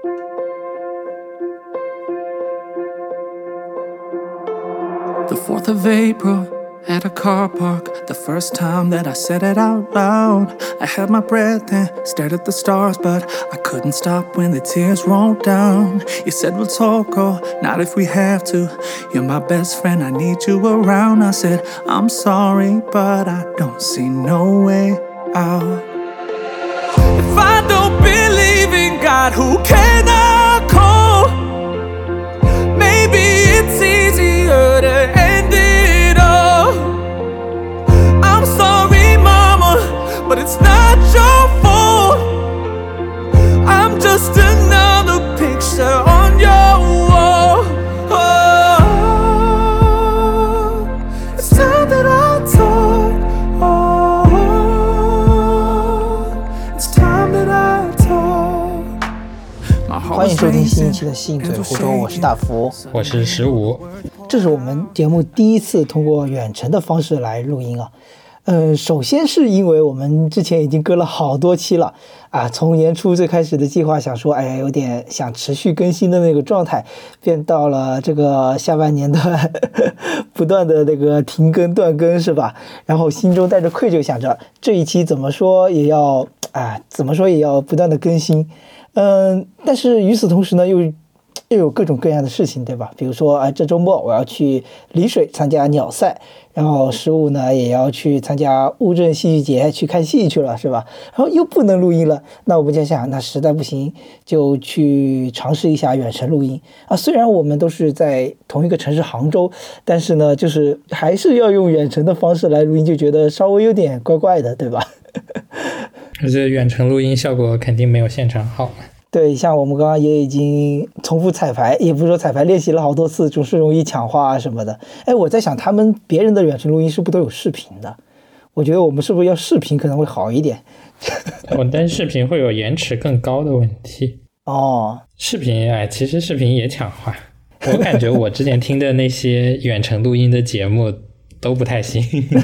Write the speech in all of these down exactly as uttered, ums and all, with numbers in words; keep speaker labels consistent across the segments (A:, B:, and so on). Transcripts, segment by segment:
A: The fourth of April at a car park, the first time that I said it out loud. I held my breath and stared at the stars, but I couldn't stop when the tears rolled down. You said we'll talk, oh, not if we have to. You're my best friend, I need you around. I said, I'm sorry, but I don't see no way out. If I don't believe in God, who can I call? Maybe it's easier to end it all. I'm sorry, mama, but it's not your fault. I'm just another picture on your wall. Oh, it's time that I talk. Oh, it's time that I talk.
B: 欢迎收听新一期的《信嘴湖州》，我是大福，
C: 我是十五。
B: 这是我们节目第一次通过远程的方式来录音啊。呃，首先是因为我们之前已经隔了好多期了啊，从年初最开始的计划想说，哎呀，有点想持续更新的那个状态，变到了这个下半年的不断的那个停更断更，是吧？然后心中带着愧疚，想着这一期怎么说也要啊，怎么说也要不断的更新。嗯、呃，但是与此同时呢，又又有各种各样的事情，对吧？比如说，啊，这周末我要去丽水参加鸟赛，然后十五呢也要去参加乌镇戏剧节去看戏去了，是吧？然后又不能录音了，那我们就想，那实在不行就去尝试一下远程录音啊。虽然我们都是在同一个城市杭州，但是呢，就是还是要用远程的方式来录音，就觉得稍微有点怪怪的，对吧？
C: 而且远程录音效果肯定没有现场好。
B: 对，像我们刚刚也已经重复彩排，也不是说彩排练习了好多次，总是容易抢话啊什么的。哎，我在想他们别人的远程录音是不是都有视频的？我觉得我们是不是要视频可能会好一点？
C: 哦，但视频会有延迟更高的问题。
B: 哦，
C: 视频哎，其实视频也抢话。我感觉我之前听的那些远程录音的节目都不太行。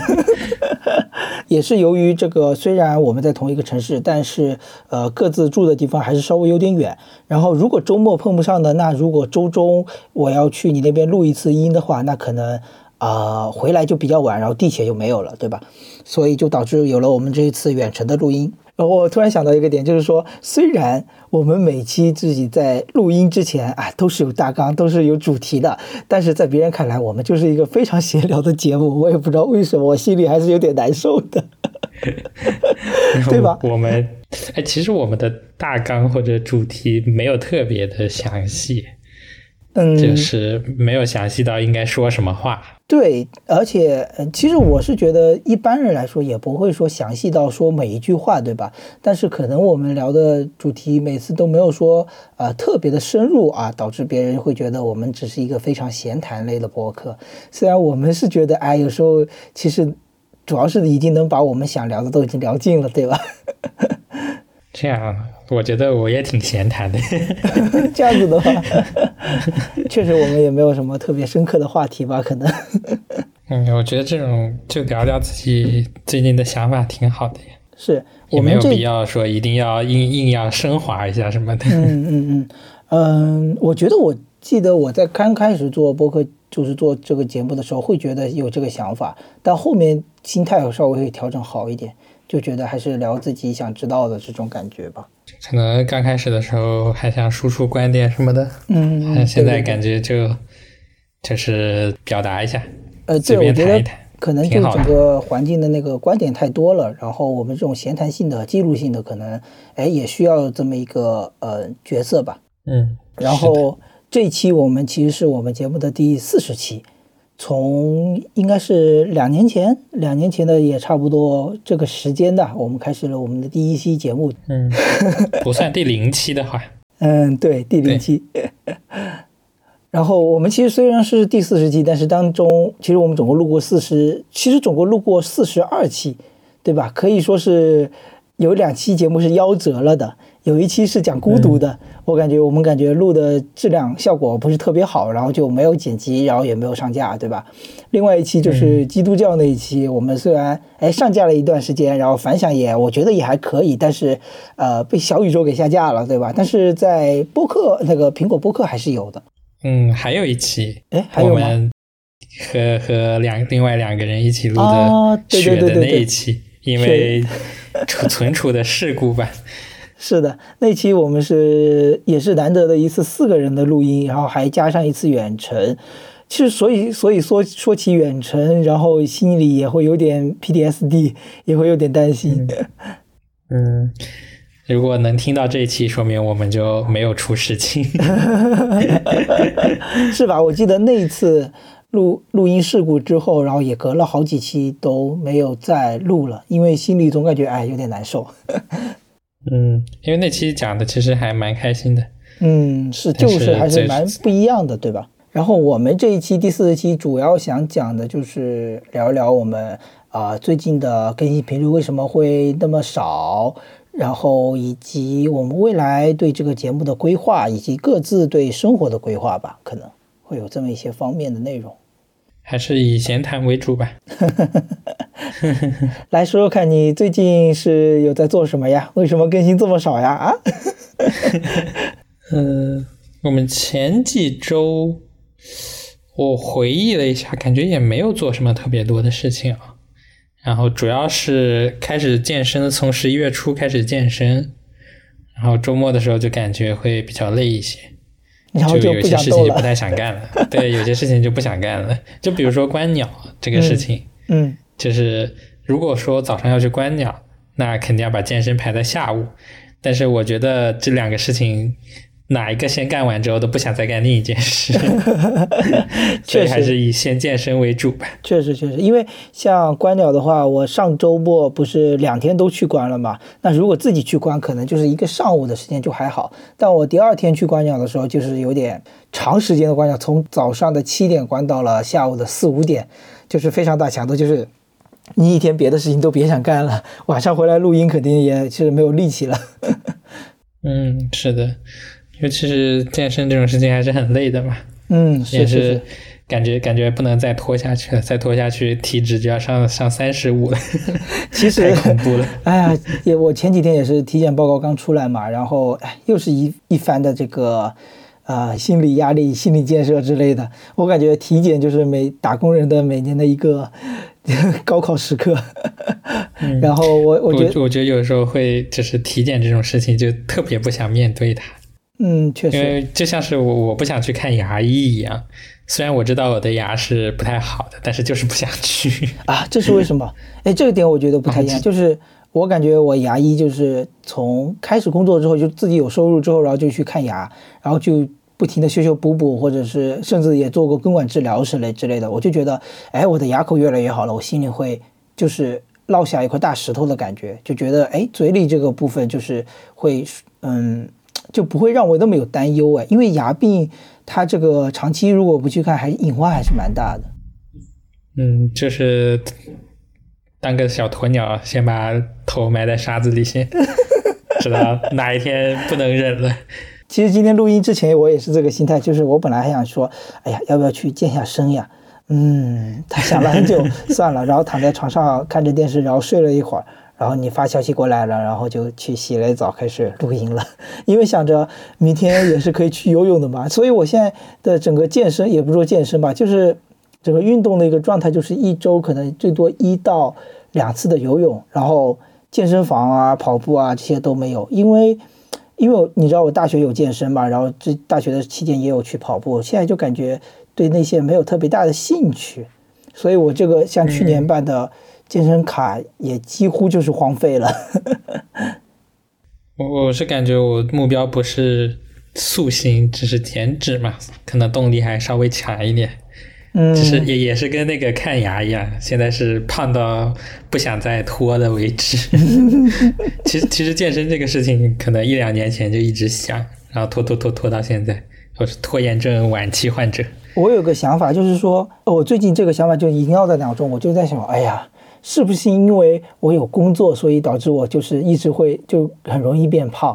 B: 也是由于这个，虽然我们在同一个城市，但是呃各自住的地方还是稍微有点远。然后如果周末碰不上的，那如果周中我要去你那边录一次音的话，那可能啊、呃、回来就比较晚，然后地铁就没有了，对吧？所以就导致有了我们这一次远程的录音。然后我突然想到一个点，就是说，虽然我们每期自己在录音之前啊都是有大纲，都是有主题的，但是在别人看来，我们就是一个非常闲聊的节目。我也不知道为什么，我心里还是有点难受的，对吧？
C: 我们哎，其实我们的大纲或者主题没有特别的详细，嗯，就是没有详细到应该说什么话。
B: 对，而且其实我是觉得一般人来说也不会说详细到说每一句话，对吧？但是可能我们聊的主题每次都没有说呃特别的深入啊，导致别人会觉得我们只是一个非常闲谈类的播客。虽然我们是觉得哎，有时候其实主要是已经能把我们想聊的都已经聊尽了，对吧？
C: 这样我觉得我也挺闲谈的。
B: 这样子的话确实我们也没有什么特别深刻的话题吧，可能。
C: 嗯，我觉得这种就聊聊自己最近的想法挺好的呀。
B: 是，
C: 也没有必要说一定要硬硬要升华一下什么的。
B: 嗯嗯嗯嗯，我觉得我记得我在刚开始做播客，就是做这个节目的时候，会觉得有这个想法，但后面心态稍微会调整好一点，就觉得还是聊自己想知道的这种感觉吧。
C: 可能刚开始的时候还想输出观点什么的，
B: 嗯，
C: 嗯，现在感觉就就是表达一下，
B: 呃，
C: 随便谈一谈，
B: 可能就整个环境的那个观点太多了，然后我们这种闲谈性的、记录性的，可能哎也需要这么一个呃角色吧。
C: 嗯，
B: 然后这一期我们其实是我们节目的第四十期。从应该是两年前，两年前的也差不多这个时间的，我们开始了我们的第一期节目。
C: 嗯，不算第零期的话，
B: 嗯，对，第零期。然后我们其实虽然是第四十期，但是当中其实我们总共录过四十，其实总共录过四十二期，对吧？可以说是有两期节目是夭折了的， 有一期是讲孤独的，嗯、我感觉我们感觉录的质量效果不是特别好，然后就没有剪辑，然后也没有上架，对吧？另外一期就是基督教那一期，嗯、我们虽然哎上架了一段时间，然后反响也我觉得也还可以，但是呃被小宇宙给下架了，对吧？但是在播客那个苹果播客还是有的。
C: 嗯，还有一期，
B: 哎，还有吗？
C: 我们和和两另外两个人一起录的雪的那一期，
B: 哦、
C: 因为储存储的事故吧。
B: 是的，那期我们是也是难得的一次四个人的录音，然后还加上一次远程。其实所以所以说说起远程，然后心里也会有点 P T S D， 也会有点担心。
C: 嗯。嗯，如果能听到这一期，说明我们就没有出事情。
B: 是吧？我记得那一次录录音事故之后，然后也隔了好几期都没有再录了，因为心里总感觉哎有点难受。
C: 嗯，因为那期讲的其实还蛮开心的。
B: 嗯，是，就是还是蛮不一样的，对吧？然后我们这一期第四期主要想讲的就是聊一聊我们啊、呃、最近的更新频率为什么会那么少，然后以及我们未来对这个节目的规划，以及各自对生活的规划吧，可能会有这么一些方面的内容。
C: 还是以闲谈为主吧。
B: 来说说看，你最近是有在做什么呀？为什么更新这么少呀？啊？
C: 嗯，我们前几周我回忆了一下，感觉也没有做什么特别多的事情啊。然后主要是开始健身，从十一月初开始健身，然后周末的时候就感觉会比较累一些。
B: 然后就
C: 有些事情就不太想干了。对，有些事情就不想干了。就比如说观鸟这个事情，
B: 嗯，嗯
C: 就是如果说早上要去观鸟，那肯定要把健身排在下午。但是我觉得这两个事情哪一个先干完之后都不想再干另一件事。所以还是以先健身为主吧。
B: 确实确实，因为像观鸟的话，我上周末不是两天都去观了嘛，那如果自己去观可能就是一个上午的时间就还好，但我第二天去观鸟的时候就是有点长时间的观鸟，从早上的七点观到了下午的四五点，就是非常大强度，就是你一天别的事情都别想干了，晚上回来录音肯定也是没有力气了。
C: 嗯，是的，尤其是健身这种事情还是很累的嘛。
B: 嗯，是是是，
C: 也是感觉感觉不能再拖下去了，再拖下去体脂就要上上三十五了。
B: 其实
C: 太恐怖了。
B: 哎呀，也我前几天也是体检报告刚出来嘛，然后哎又是一一番的这个呃心理压力、心理建设之类的。我感觉体检就是每打工人的每年的一个高考时刻。嗯、然后我我觉得
C: 我我觉得有时候会就是体检这种事情就特别不想面对它。
B: 嗯，确实，
C: 因为就像是我我不想去看牙医一样，虽然我知道我的牙是不太好的，但是就是不想去
B: 啊。这是为什么？哎，这个点我觉得不太一样，就是我感觉我牙医就是从开始工作之后就自己有收入之后，然后就去看牙，然后就不停的修修补补，或者是甚至也做过根管治疗之类之类的，我就觉得哎，我的牙口越来越好了，我心里会就是落下一块大石头的感觉，就觉得哎，嘴里这个部分就是会嗯。就不会让我那么有担忧哎，因为牙病它这个长期如果不去看，还隐患还是蛮大的。
C: 嗯，就是当个小鸵鸟，先把头埋在沙子里先，直到哪一天不能忍了。
B: 其实今天录音之前我也是这个心态，就是我本来还想说，哎呀，要不要去健下身呀？嗯，他想了很久，算了，然后躺在床上看着电视，然后睡了一会儿。然后你发消息过来了，然后就去洗了澡开始录音了，因为想着明天也是可以去游泳的嘛，所以我现在的整个健身也不说健身吧，就是整个运动的一个状态，就是一周可能最多一到两次的游泳，然后健身房啊、跑步啊这些都没有，因为因为你知道我大学有健身嘛，然后这大学的期间也有去跑步，现在就感觉对那些没有特别大的兴趣，所以我这个像去年办的。嗯健身卡也几乎就是荒废了。
C: 我我是感觉我目标不是塑形，只是减脂嘛，可能动力还稍微强一点。嗯，只是也也是跟那个看牙一样，现在是胖到不想再拖的为止。其实其实健身这个事情，可能一两年前就一直想，然后拖拖拖拖到现在，我是拖延症晚期患者。
B: 我有个想法，就是说，我最近这个想法就萦绕在脑中，我就在想，哎呀。是不是因为我有工作，所以导致我就是一直会就很容易变胖？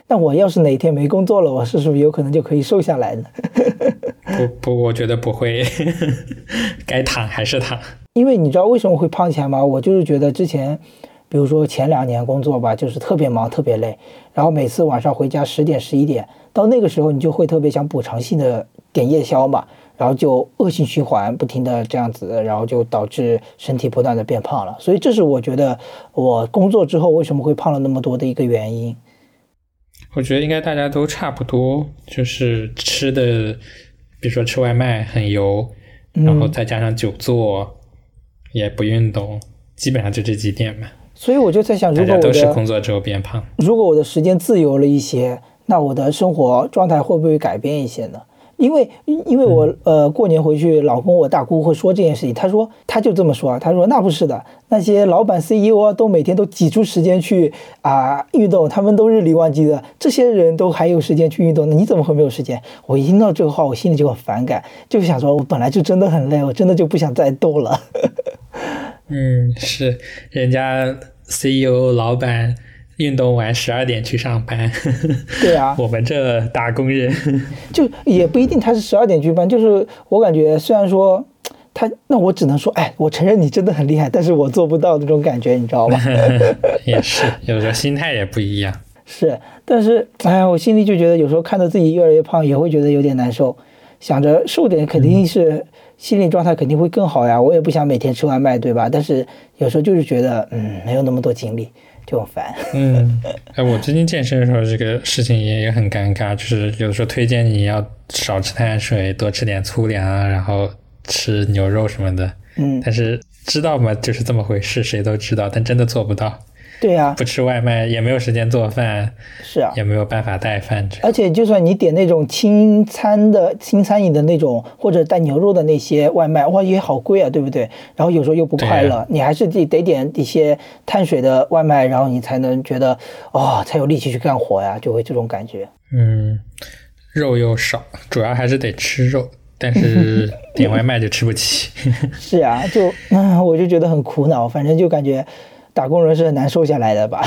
B: 那我要是哪天没工作了，我是不是有可能就可以瘦下来呢？
C: 不不，我觉得不会，该躺还是躺。
B: 因为你知道为什么会胖起来吗？我就是觉得之前，比如说前两年工作吧，就是特别忙特别累，然后每次晚上回家十点十一点，到那个时候你就会特别想补偿性的点夜宵嘛，然后就恶性循环，不停的这样子，然后就导致身体不断的变胖了。所以这是我觉得我工作之后为什么会胖了那么多的一个原因。
C: 我觉得应该大家都差不多，就是吃的，比如说吃外卖很油，然后再加上久坐、嗯、也不运动，基本上就这几点嘛。所
B: 以我就在想，如果我的
C: 大家都是工作之后变胖，
B: 如果我的时间自由了一些，那我的生活状态会不会改变一些呢？因为因为我呃过年回去，老公我大姑会说这件事情，他说他就这么说，他说那不是的，那些老板 C E O 都每天都挤出时间去啊、呃、运动，他们都日理万机的，这些人都还有时间去运动，那你怎么会没有时间？我一听到这个话，我心里就很反感，就想说我本来就真的很累，我真的就不想再动了。
C: 嗯，是人家 C E O 老板运动完十二点去上班，
B: 对啊，
C: 我们这打工人
B: 就也不一定他是十二点去班，就是我感觉虽然说他，那我只能说，哎，我承认你真的很厉害，但是我做不到那种感觉，你知道吧？
C: 也是，有时候心态也不一样。
B: 是，但是哎，我心里就觉得有时候看到自己越来越胖，也会觉得有点难受，想着瘦点肯定是、嗯、心理状态肯定会更好呀，我也不想每天吃外卖，对吧？但是有时候就是觉得，嗯，没有那么多精力。就很烦。
C: 嗯，哎，我最近健身的时候，这个事情也也很尴尬，就是有的时候推荐你要少吃碳水，多吃点粗粮，然后吃牛肉什么的。嗯，但是知道吗？就是这么回事，谁都知道，但真的做不到。
B: 对啊，
C: 不吃外卖，也没有时间做饭，
B: 是啊，
C: 也没有办法带饭。
B: 而且就算你点那种轻餐的轻餐饮的那种，或者带牛肉的那些外卖，哇，也好贵啊，对不对？然后有时候又不快乐，啊、你还是得得点一些碳水的外卖，然后你才能觉得哦，才有力气去干活呀，就会这种感觉。
C: 嗯，肉又少，主要还是得吃肉，但是点外卖就吃不起。
B: 是啊，就嗯，我就觉得很苦恼，反正就感觉。打工人是很难瘦下来的吧？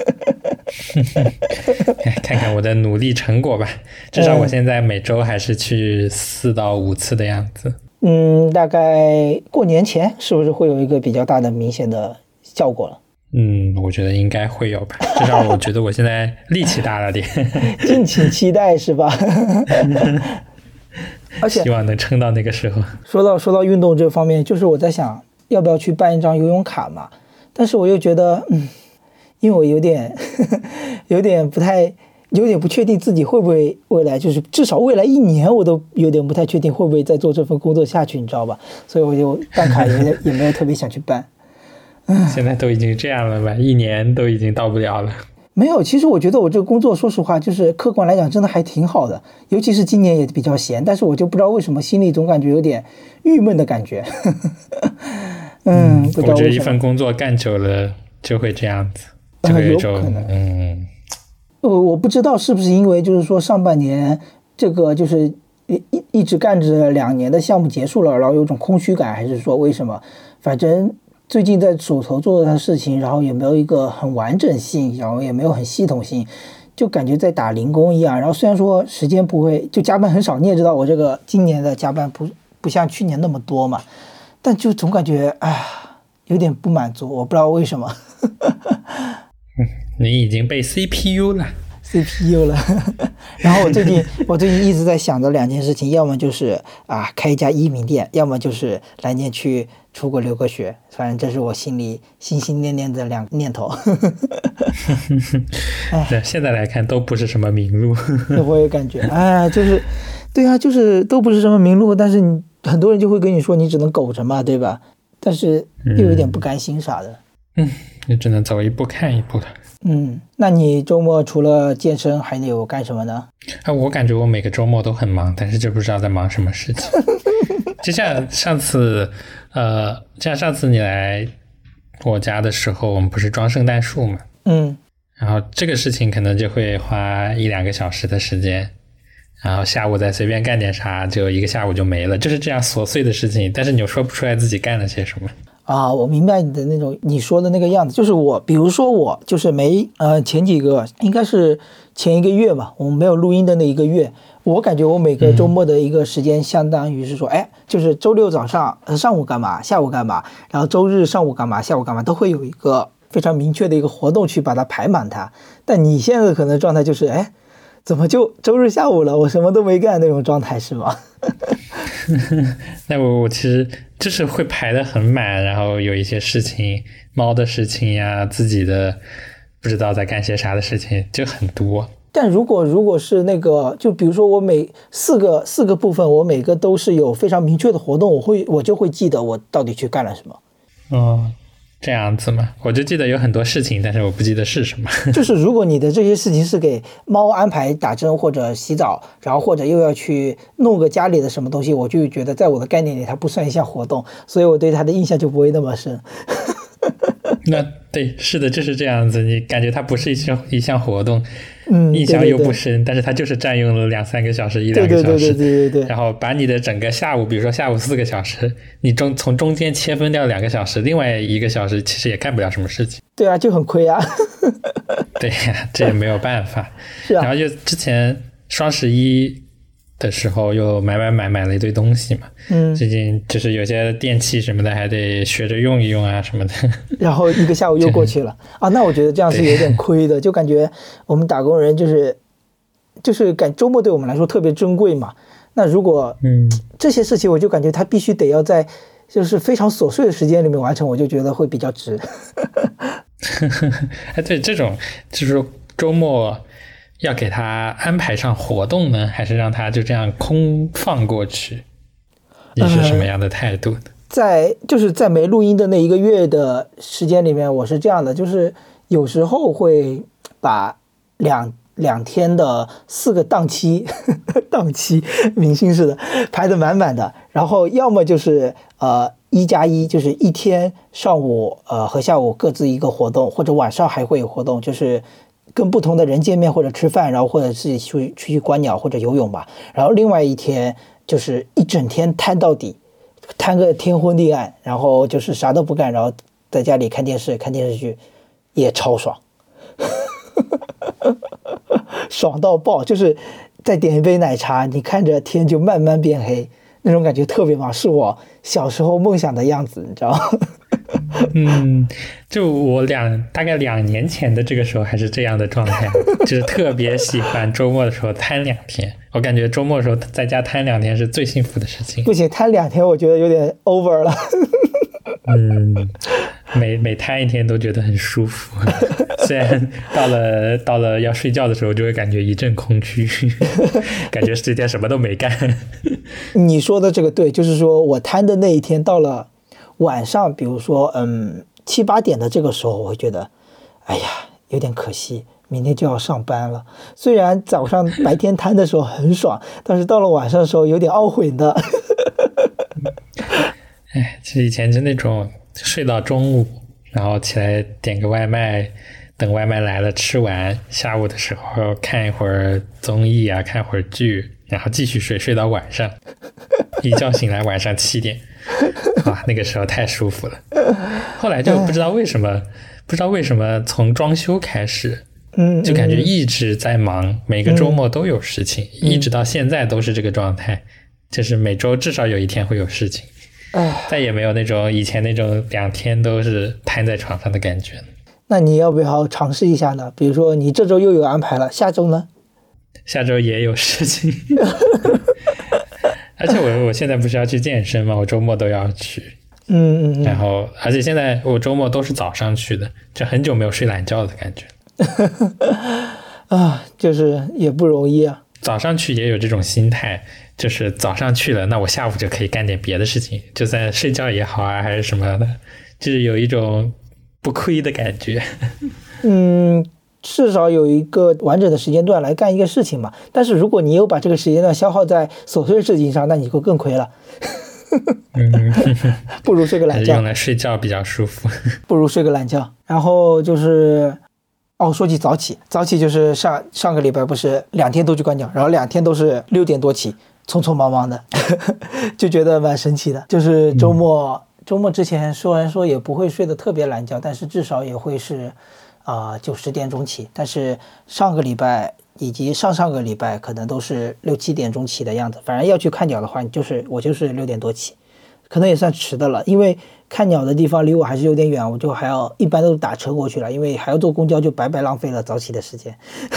C: 看看我的努力成果吧，至少我现在每周还是去四到五次的样子。
B: 嗯，大概过年前是不是会有一个比较大的明显的效果了？
C: 嗯，我觉得应该会有吧，至少我觉得我现在力气大了点。
B: 敬请期待是吧？而且
C: 希望能撑到那个时候。
B: 说到说到运动这方面，就是我在想要不要去办一张游泳卡嘛。但是我又觉得，嗯，因为我有点呵呵有点不太有点不确定自己会不会未来就是至少未来一年我都有点不太确定会不会再做这份工作下去，你知道吧？所以我就办卡也也没有特别想去办。
C: 现在都已经这样了吧，一年都已经到不了了。
B: 没有，其实我觉得我这个工作说实话就是客观来讲真的还挺好的，尤其是今年也比较闲，但是我就不知道为什么心里总感觉有点郁闷的感觉。嗯，不知道为什么。
C: 我觉得一份工作干久了就会这样子，就会有一种嗯，
B: 呃，我不知道是不是因为就是说上半年这个就是一一直干着两年的项目结束了，然后有种空虚感，还是说为什么？反正最近在手头做的事情，然后也没有一个很完整性，然后也没有很系统性，就感觉在打零工一样。然后虽然说时间不会就加班很少，你也知道我这个今年的加班不不像去年那么多嘛。但就总感觉哎，有点不满足，我不知道为什么。
C: 嗯，你已经被 C P U 了
B: ，C P U 了。然后我最近我最近一直在想着两件事情，要么就是啊开一家移民店，要么就是来年去出国留个学。反正这是我心里心心念念的两个念头。
C: 对，现在来看都不是什么明路。
B: 我也感觉，哎，就是对啊，就是都不是什么明路，但是你。很多人就会跟你说你只能苟着嘛，对吧？但是又有点不甘心啥的。
C: 嗯，你只能走一步看一步了。
B: 嗯，那你周末除了健身还有干什么呢？
C: 啊，我感觉我每个周末都很忙，但是就不知道在忙什么事情。就像上次，呃，像上次你来我家的时候，我们不是装圣诞树嘛？
B: 嗯。
C: 然后这个事情可能就会花一两个小时的时间。然后下午再随便干点啥，就一个下午就没了，就是这样琐碎的事情，但是你又说不出来自己干了些什么。
B: 啊，我明白你的那种你说的那个样子，就是我，比如说我就是没呃前几个应该是前一个月吧，我们没有录音的那一个月，我感觉我每个周末的一个时间相当于是说，哎，就是周六早上呃上午干嘛，下午干嘛，然后周日上午干嘛，下午干嘛，都会有一个非常明确的一个活动去把它排满它。但你现在可能状态就是，哎，怎么就周日下午了，我什么都没干那种状态是吗？
C: 那我我其实就是会排得很满，然后有一些事情，猫的事情呀，自己的不知道在干些啥的事情就很多。
B: 但如果如果是那个，就比如说我每四个四个部分，我每个都是有非常明确的活动，我会我就会记得我到底去干了什么。
C: 哦，这样子嘛，我就记得有很多事情，但是我不记得是什么。
B: 就是如果你的这些事情是给猫安排打针或者洗澡，然后或者又要去弄个家里的什么东西，我就觉得在我的概念里它不算一项活动，所以我对它的印象就不会那么深。
C: 那对，是的，就是这样子。你感觉它不是一项一项活动，
B: 嗯，
C: 印象又不深，但是它就是占用了两三个小时，一两个小时，
B: 对对对对对对，
C: 然后把你的整个下午，比如说下午四个小时，你中从中间切分掉两个小时，另外一个小时其实也干不了什么事情。
B: 对啊，就很亏啊。
C: 对呀，这也没有办法。
B: 是啊。
C: 然后就之前双十一的时候又买买买买了一堆东西嘛，
B: 嗯，
C: 最近就是有些电器什么的还得学着用一用啊什么的，
B: 然后一个下午又过去了啊，那我觉得这样是有点亏的，就感觉我们打工人就是就是感周末对我们来说特别珍贵嘛。那如果嗯这些事情，我就感觉它必须得要在就是非常琐碎的时间里面完成，我就觉得会比较值。
C: 哎，对，这种就是周末要给他安排上活动呢，还是让他就这样空放过去？你是什么样的态度呢？呃、
B: 在就是在没录音的那一个月的时间里面，我是这样的，就是有时候会把两两天的四个档期档期明星似的排得满满的，然后要么就是呃一加一，就是一天上午呃和下午各自一个活动，或者晚上还会有活动，就是跟不同的人见面或者吃饭，然后或者自己出去出去观鸟或者游泳吧。然后另外一天就是一整天摊到底，摊个天昏地暗，然后就是啥都不干，然后在家里看电视看电视剧，也超爽。爽到爆，就是再点一杯奶茶，你看着天就慢慢变黑，那种感觉特别棒，是我小时候梦想的样子，你知道吗？
C: 嗯，就我两大概两年前的这个时候还是这样的状态，就是特别喜欢周末的时候摊两天，我感觉周末的时候在家摊两天是最幸福的事情。
B: 不行，摊两天我觉得有点 over 了。
C: 嗯，每每摊一天都觉得很舒服，虽然到了到了要睡觉的时候就会感觉一阵空虚，感觉这天什么都没干。
B: 你说的这个对，就是说我摊的那一天到了晚上，比如说嗯七八点的这个时候，我会觉得哎呀有点可惜，明天就要上班了。虽然早上白天摊的时候很爽，但是到了晚上的时候有点懊悔的。
C: 哎，其实以前就那种睡到中午，然后起来点个外卖，等外卖来了吃完，下午的时候看一会儿综艺啊，看会儿剧，然后继续睡，睡到晚上，一觉醒来晚上七点，啊，那个时候太舒服了。后来就不知道为什么，不知道为什么从装修开始，
B: 嗯，
C: 就感觉一直在忙，每个周末都有事情，嗯、一直到现在都是这个状态，就是每周至少有一天会有事情。再也没有那种以前那种两天都是瘫在床上的感觉了。
B: 那你要不要尝试一下呢？比如说你这周又有安排了，下周呢？
C: 下周也有事情。而且我我现在不是要去健身吗？我周末都要去。
B: 嗯嗯嗯。
C: 然后而且现在我周末都是早上去的，就很久没有睡懒觉的感觉。
B: 啊，就是也不容易啊。
C: 早上去也有这种心态，就是早上去了，那我下午就可以干点别的事情，就在睡觉也好啊，还是什么的，就是有一种不亏的感觉。
B: 嗯，至少有一个完整的时间段来干一个事情嘛。但是如果你又把这个时间段消耗在琐碎事情上，那你就更亏了。
C: 嗯，
B: 不如睡个懒觉，
C: 用来睡觉比较舒服。
B: 不如睡个懒觉。然后就是。哦，说起早起，早起就是上上个礼拜不是两天都去观鸟，然后两天都是六点多起，匆匆忙忙的，就觉得蛮神奇的。就是周末、嗯、 周末之前虽然说也不会睡得特别懒觉，但是至少也会是啊九十点钟起，但是上个礼拜以及上上个礼拜可能都是六七点钟起的样子。反正要去看鸟的话，你就是我就是六点多起，可能也算迟的了，因为看鸟的地方离我还是有点远，我就还要一般都是打车过去了，因为还要坐公交，就白白浪费了早起的时间。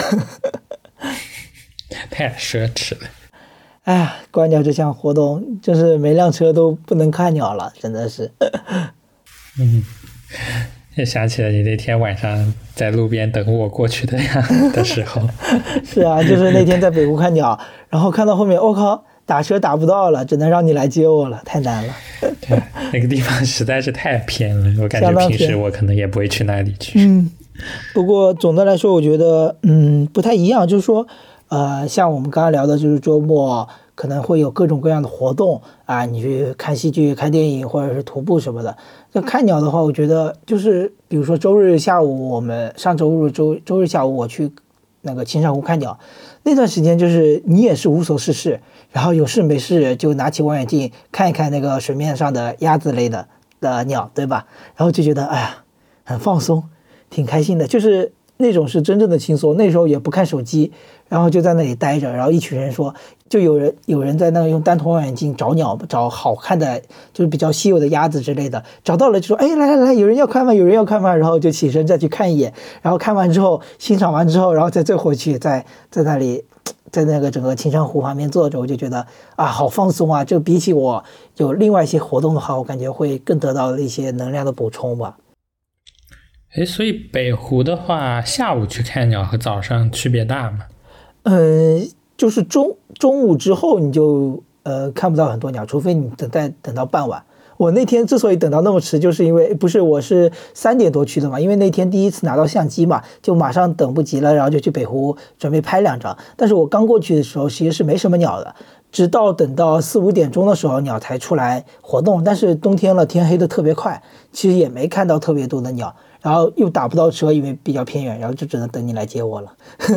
C: 太奢侈了。
B: 哎呀，观鸟这项活动真是每辆车都不能看鸟了，真的是。
C: 嗯，也想起了你那天晚上在路边等我过去的呀的时候。
B: 是啊，就是那天在北湖看鸟，然后看到后面，我、哦、靠，打车打不到了，只能让你来接我了，太难了。
C: 对，那个地方实在是太偏了，我感觉平时我可能也不会去那里去。
B: 嗯，不过总的来说，我觉得嗯不太一样，就是说。呃，像我们刚刚聊的，就是周末可能会有各种各样的活动啊，你去看戏剧、看电影或者是徒步什么的。那看鸟的话，我觉得就是比如说周日下午，我们上周日周周日下午我去那个青山湖看鸟，那段时间就是你也是无所事事，然后有事没事就拿起望远镜看一看那个水面上的鸭子类的的鸟，对吧？然后就觉得哎呀，很放松，挺开心的，就是那种是真正的轻松。那时候也不看手机。然后就在那里待着，然后一群人说，就有人有人在那用单筒望远镜找鸟，找好看的，就是比较稀有的鸭子之类的，找到了就说，哎，来来来，有人要看吗？有人要看吗？然后就起身再去看一眼，然后看完之后欣赏完之后，然后再再回去，在在那里，在那个整个青山湖旁边坐着，我就觉得啊，好放松啊！就比起我有另外一些活动的话，我感觉会更得到一些能量的补充吧。
C: 哎，所以北湖的话，下午去看鸟和早上区别大吗？
B: 嗯，就是中中午之后你就呃看不到很多鸟，除非你等待等到傍晚。我那天之所以等到那么迟，就是因为不是我是三点多去的嘛，因为那天第一次拿到相机嘛，就马上等不及了，然后就去北湖准备拍两张。但是我刚过去的时候，其实是没什么鸟的，直到等到四五点钟的时候，鸟才出来活动。但是冬天了，天黑的特别快，其实也没看到特别多的鸟。然后又打不到车，因为比较偏远，然后就只能等你来接我了。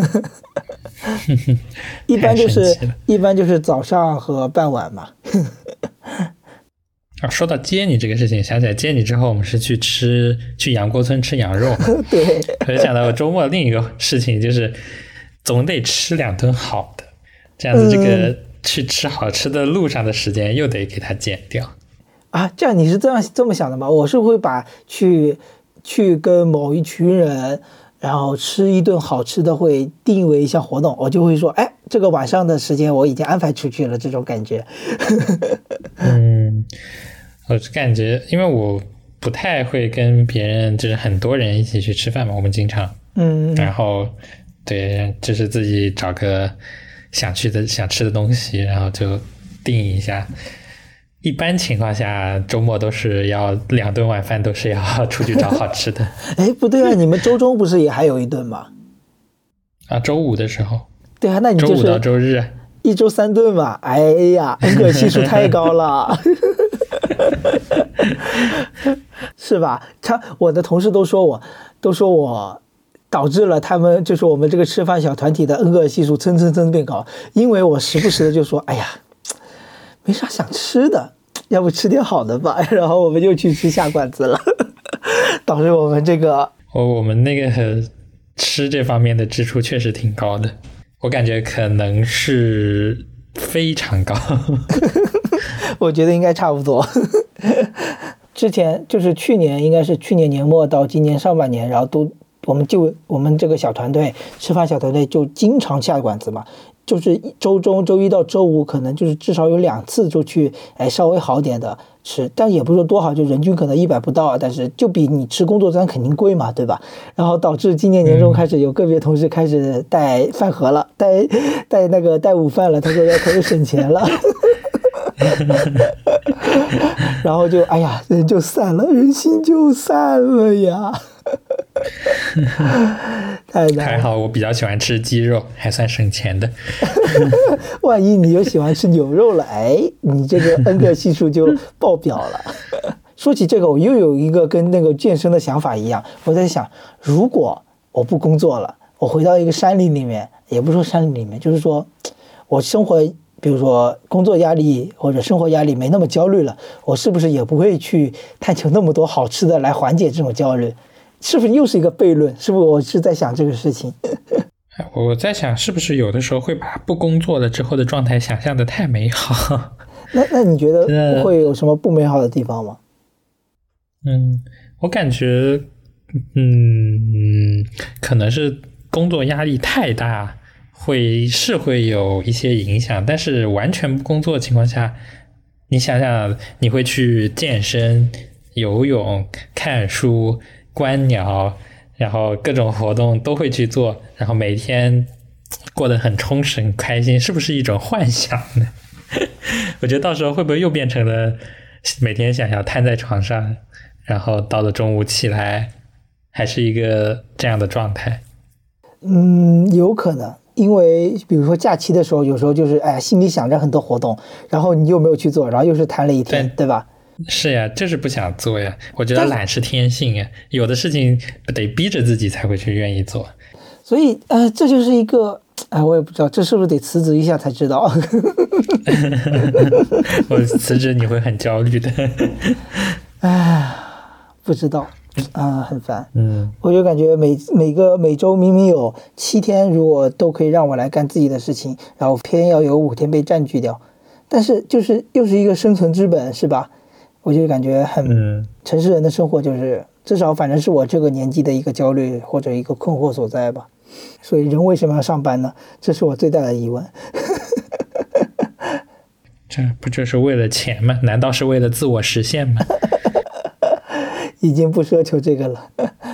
B: 一般就是一般就是早上和傍晚嘛。
C: 啊，说到接你这个事情，想起来接你之后，我们是去吃去杨郭村吃羊肉。
B: 对，
C: 我就想到我周末另一个事情就是总得吃两顿好的，这样子这个去吃好吃的路上的时间又得给它减掉。
B: 啊，这样你是这样这么想的吗？我是会把去。去跟某一群人，然后吃一顿好吃的会定为一项活动，我就会说，哎，这个晚上的时间我已经安排出去了，这种感觉。
C: 嗯，我感觉，因为我不太会跟别人，就是很多人一起去吃饭嘛，我们经常，
B: 嗯，
C: 然后对，就是自己找个想去的、想吃的东西，然后就定一下。一般情况下，周末都是要两顿晚饭，都是要出去找好吃的。
B: 哎，不对啊，你们周中不是也还有一顿吗？
C: 啊，周五的时候。
B: 对啊，那你就是
C: 周五到周日，
B: 一周三顿嘛。哎呀，恩格系数太高了，是吧？他我的同事都说我，都说我。导致了他们就是我们这个吃饭小团体的恩格系数蹭蹭蹭变高，因为我时不时的就说，哎呀。没啥想吃的，要不吃点好的吧？然后我们就去吃下馆子了，导致我们这个
C: 我我们那个吃这方面的支出确实挺高的，我感觉可能是非常高。
B: 我觉得应该差不多。之前就是去年，应该是去年年末到今年上半年，然后都我们就我们这个小团队吃饭小团队就经常下馆子嘛。就是周中周一到周五可能就是至少有两次就去哎稍微好点的吃，但也不是说多好，就人均可能一百不到，但是就比你吃工作餐肯定贵嘛，对吧？然后导致今年年中开始有个别同事开始带饭盒了，带带那个带午饭了，他说要开始省钱了。然后就哎呀，人就散了，人心就散了呀。太难了，
C: 还好我比较喜欢吃鸡肉，还算省钱的。
B: 万一你又喜欢吃牛肉了，哎，你这个恩格系数就爆表了。说起这个，我又有一个跟那个健身的想法一样，我在想，如果我不工作了，我回到一个山林里面，也不是说山林里面，就是说我生活比比如说工作压力或者生活压力没那么焦虑了，我是不是也不会去探求那么多好吃的来缓解这种焦虑？是不是又是一个悖论？是不是我是在想这个事情？
C: 我在想是不是有的时候会把不工作了之后的状态想象的太美好。
B: 那那你觉得会有什么不美好的地方吗？
C: 嗯，我感觉嗯可能是工作压力太大会是会有一些影响，但是完全不工作的情况下，你想想你会去健身、游泳、看书、观鸟，然后各种活动都会去做，然后每天过得很充实很开心，是不是一种幻想呢？我觉得到时候会不会又变成了每天想要瘫在床上，然后到了中午起来还是一个这样的状态？
B: 嗯，有可能，因为比如说假期的时候，有时候就是哎，心里想着很多活动，然后你又没有去做，然后又是瘫了一天， 对, 对吧？
C: 是呀，就是不想做呀。我觉得懒是天性呀，有的事情得逼着自己才会去愿意做。
B: 所以呃，这就是一个哎，我也不知道这是不是得辞职一下才知道。
C: 我辞职你会很焦虑的。
B: 哎，不知道啊、呃，很烦。
C: 嗯，
B: 我就感觉每每个每周明明有七天，如果都可以让我来干自己的事情，然后偏要有五天被占据掉，但是就是又是一个生存之本，是吧？我就感觉很，
C: 嗯，
B: 城市人的生活就是至少反正是我这个年纪的一个焦虑或者一个困惑所在吧。所以人为什么要上班呢？这是我最大的疑问。
C: 这不就是为了钱吗？难道是为了自我实现吗？
B: 已经不奢求这个了。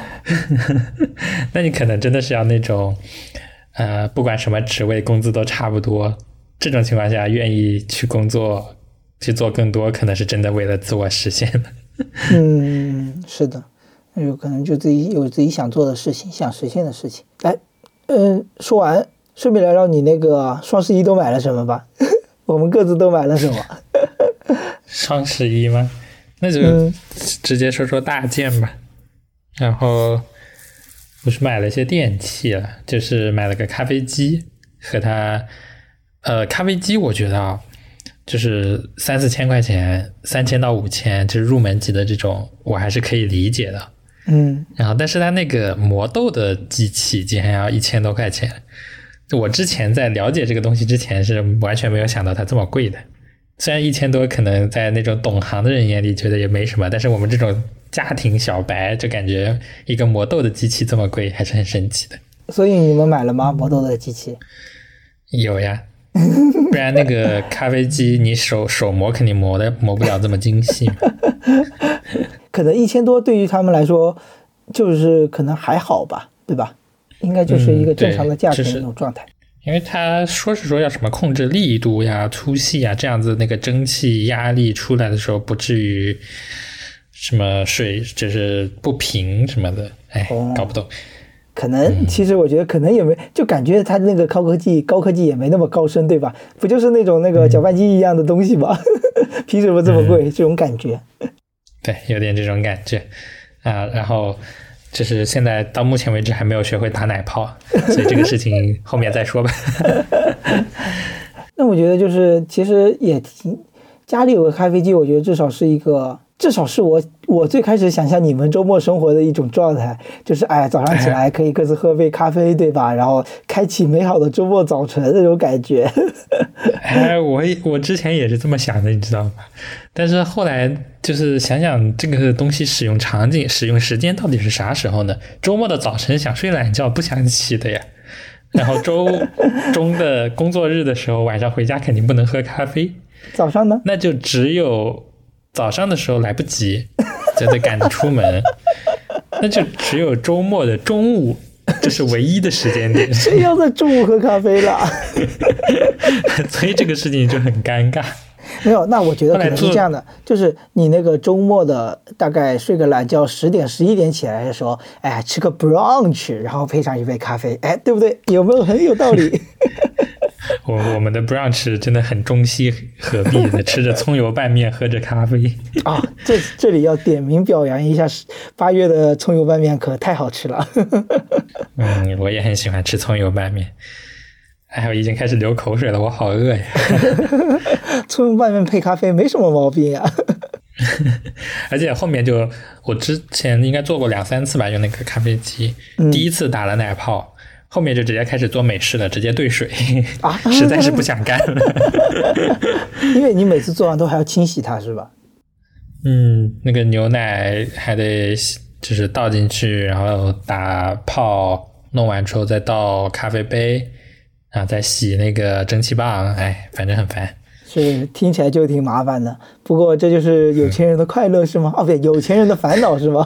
C: 那你可能真的是要那种呃，不管什么职位工资都差不多，这种情况下愿意去工作去做更多，可能是真的为了自我实现的。
B: 嗯，是的，有可能就自己有自己想做的事情，想实现的事情。哎，嗯，说完顺便聊聊你那个双十一都买了什么吧。我们各自都买了什么？
C: 双十一吗？那就直接说说大件吧。嗯、然后我是买了一些电器了，就是买了个咖啡机和它，呃，咖啡机我觉得啊，就是三四千块钱，三千到五千，就是入门级的这种，我还是可以理解的。
B: 嗯，
C: 然后但是它那个磨豆的机器竟然要一千多块钱。我之前在了解这个东西之前是完全没有想到它这么贵的，虽然一千多可能在那种懂行的人眼里觉得也没什么，但是我们这种家庭小白就感觉一个磨豆的机器这么贵还是很神奇的。
B: 所以你们买了吗？磨豆的机器？
C: 有呀，不然那个咖啡机你手手磨肯定磨的磨不了这么精细嘛。
B: 可能一千多对于他们来说就是可能还好吧，对吧？应该就是一个正常的价钱那种状态。
C: 嗯，因为他说是说要什么控制力度呀、粗细呀，这样子那个蒸汽压力出来的时候不至于什么水就是不平什么的，哎，哦、搞不懂。
B: 可能其实我觉得可能也没，就感觉它那个高科技高科技也没那么高深，对吧？不就是那种那个搅拌机一样的东西吗？嗯、凭什么这么贵？嗯、这种感觉。
C: 对，有点这种感觉啊，然后。就是现在到目前为止还没有学会打奶泡，所以这个事情后面再说吧。
B: 那我觉得就是其实也挺，家里有个咖啡机，我觉得至少是一个，至少是我我最开始想象你们周末生活的一种状态，就是哎早上起来可以各自喝杯咖啡，对吧？然后开启美好的周末早晨那种感觉。
C: 哎，我我之前也是这么想的，你知道吧？但是后来就是想想这个东西使用场景、使用时间到底是啥时候呢？周末的早晨想睡懒觉不想起的呀。然后周中的工作日的时候，晚上回家肯定不能喝咖啡。
B: 早上呢？
C: 那就只有早上的时候来不及，就得赶着出门。那就只有周末的中午。这是唯一的时间点。
B: 谁要在中午喝咖啡了？
C: 所以这个事情就很尴尬。
B: 没有，那我觉得可能是这样的，就是你那个周末的大概睡个懒觉，十点十一点起来的时候，哎，吃个 brunch， 然后配上一杯咖啡，哎，对不对？有没有很有道理？
C: 我我们的 brunch 真的很中西合璧的，吃着葱油拌面，喝着咖啡
B: 啊！这这里要点名表扬一下，八月的葱油拌面可太好吃了。
C: 嗯，我也很喜欢吃葱油拌面。 哎，我已经开始流口水了，我好饿呀。
B: 从外面配咖啡没什么毛病呀。
C: 而且后面就我之前应该做过两三次吧，用那个咖啡机，嗯、第一次打了奶泡，后面就直接开始做美式了，直接兑水啊，实在是不想干了。
B: 因为你每次做完都还要清洗它是吧？
C: 嗯，那个牛奶还得就是倒进去，然后打泡，弄完之后再倒咖啡杯，然后再洗那个蒸汽棒，哎，反正很烦。
B: 是，听起来就挺麻烦的。不过这就是有钱人的快乐是吗？哦，不对，有钱人的烦恼是吗？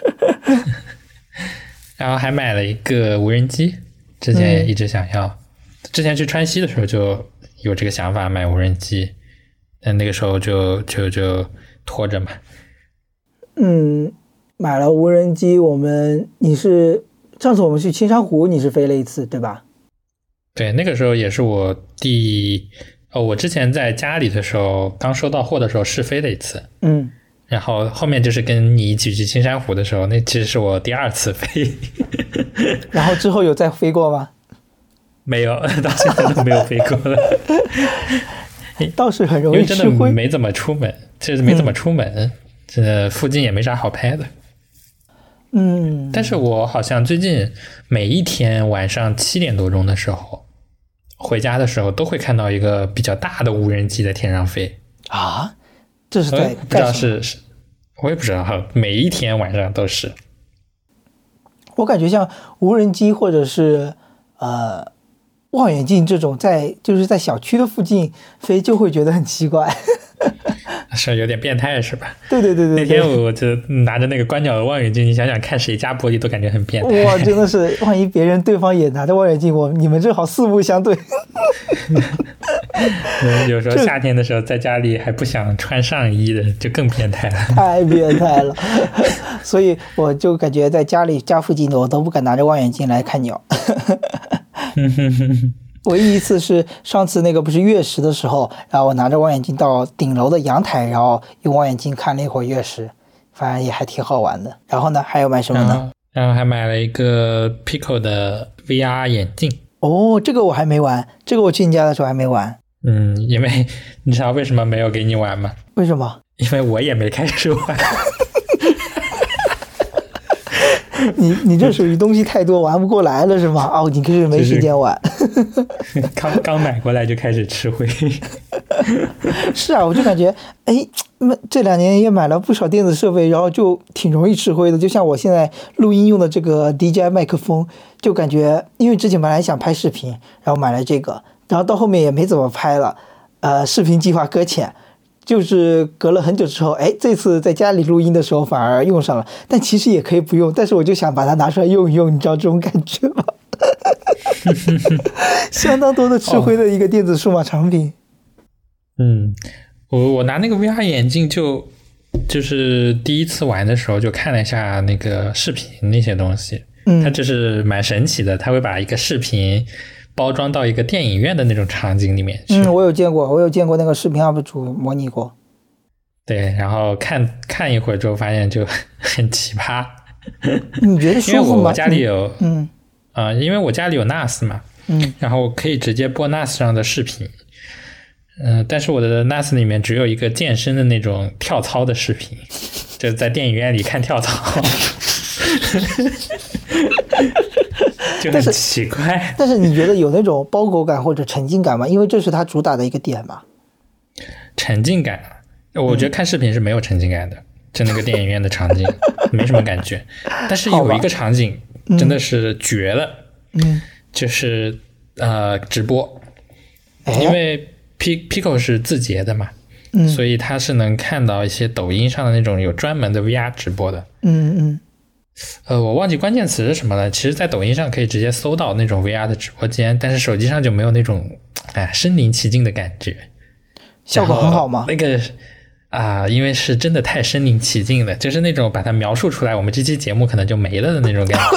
C: 然后还买了一个无人机，之前也一直想要。嗯、之前去川西的时候就有这个想法买无人机，但那个时候就就就拖着嘛。
B: 嗯，买了无人机，我们你是上次我们去青山湖，你是飞了一次对吧？
C: 对，那个时候也是我第。哦，我之前在家里的时候，刚收到货的时候试飞了一次，
B: 嗯，
C: 然后后面就是跟你一起去青山湖的时候，那其实是我第二次飞。
B: 然后之后有再飞过吗？
C: 没有，到现在都没有飞过了。
B: 倒是很容易吃灰，
C: 因为真的没怎么出门，就是没怎么出门，这、嗯、附近也没啥好拍的。
B: 嗯，
C: 但是我好像最近每一天晚上七点多钟的时候。回家的时候都会看到一个比较大的无人机在天上飞
B: 啊，这是在
C: 不知道是是，我也不知道，每一天晚上都是。
B: 我感觉像无人机或者是呃望远镜这种在就是在小区的附近飞，就会觉得很奇怪。
C: 是有点变态是吧？
B: 对对对 对,
C: 对。那天我就拿着那个观鸟的望远镜，你想想看，谁家玻璃都感觉很变态。
B: 哇，真的是，万一别人对方也拿着望远镜，我你们正好四目相对。
C: 有时候夏天的时候在家里还不想穿上衣的，就更变态了。
B: 太变态了，所以我就感觉在家里家附近的我都不敢拿着望远镜来看鸟。唯一一次是上次那个不是月食的时候，然后我拿着望远镜到顶楼的阳台，然后用望远镜看了一会儿月食，反正也还挺好玩的。然后呢，还有买什么呢？
C: 然后还买了一个 Pico 的 V R 眼镜。
B: 哦，这个我还没玩，这个我去你家的时候还没玩。
C: 嗯，因为你知道为什么没有给你玩吗？
B: 为什么？
C: 因为我也没开始玩。
B: 你你这属于东西太多玩不过来了是吗？哦，你可是没时间玩。
C: 就是、刚刚买过来就开始吃灰。
B: 是啊，我就感觉哎，这两年也买了不少电子设备，然后就挺容易吃灰的。就像我现在录音用的这个 D J I 麦克风，就感觉因为之前本来想拍视频，然后买了这个，然后到后面也没怎么拍了，呃，视频计划搁浅。就是隔了很久之后，哎，这次在家里录音的时候反而用上了，但其实也可以不用，但是我就想把它拿出来用一用，你知道这种感觉吗？相当多的吃灰的一个电子数码产品。
C: 嗯，我我拿那个 V R 眼镜就就是第一次玩的时候就看了一下那个视频那些东西，嗯，它就是蛮神奇的，它会把一个视频包装到一个电影院的那种场景里面去。
B: 嗯，我有见过，我有见过那个视频 U P 主模拟过。
C: 对，然后看看一会儿之后发现就很奇葩。
B: 你觉得舒服吗？
C: 因为我家里有，
B: 嗯
C: 啊、呃，因为我家里有 N A S 嘛，
B: 嗯，
C: 然后可以直接播 N A S 上的视频。嗯、呃，但是我的 N A S 里面只有一个健身的那种跳操的视频，就是在电影院里看跳操。就很奇怪。
B: 但是，但是你觉得有那种包裹感或者沉浸感吗？因为这是它主打的一个点嘛。
C: 沉浸感，我觉得看视频是没有沉浸感的，嗯、就那个电影院的场景没什么感觉。但是有一个场景真的是绝了，
B: 嗯，
C: 就是呃直播，因为 P Pico 是字节的嘛，
B: 嗯，
C: 所以它是能看到一些抖音上的那种有专门的 V R 直播的，
B: 嗯嗯。
C: 呃，我忘记关键词是什么了。其实，在抖音上可以直接搜到那种 V R 的直播间，但是手机上就没有那种哎身临其境的感觉。
B: 效果很好吗？
C: 那个啊、呃，因为是真的太身临其境了，就是那种把它描述出来，我们这期节目可能就没了的那种感觉。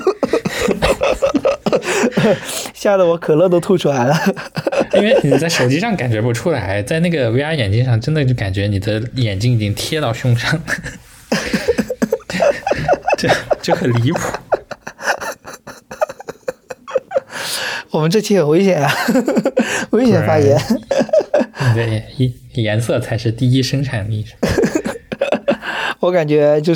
B: 吓得我可乐都吐出来了。
C: 因为你在手机上感觉不出来，在那个 V R 眼镜上，真的就感觉你的眼睛已经贴到胸上了。就就很离谱。
B: 我们这期很危险呀、啊，危险发言。
C: 对，颜色才是第一生产力。
B: 我感觉就是，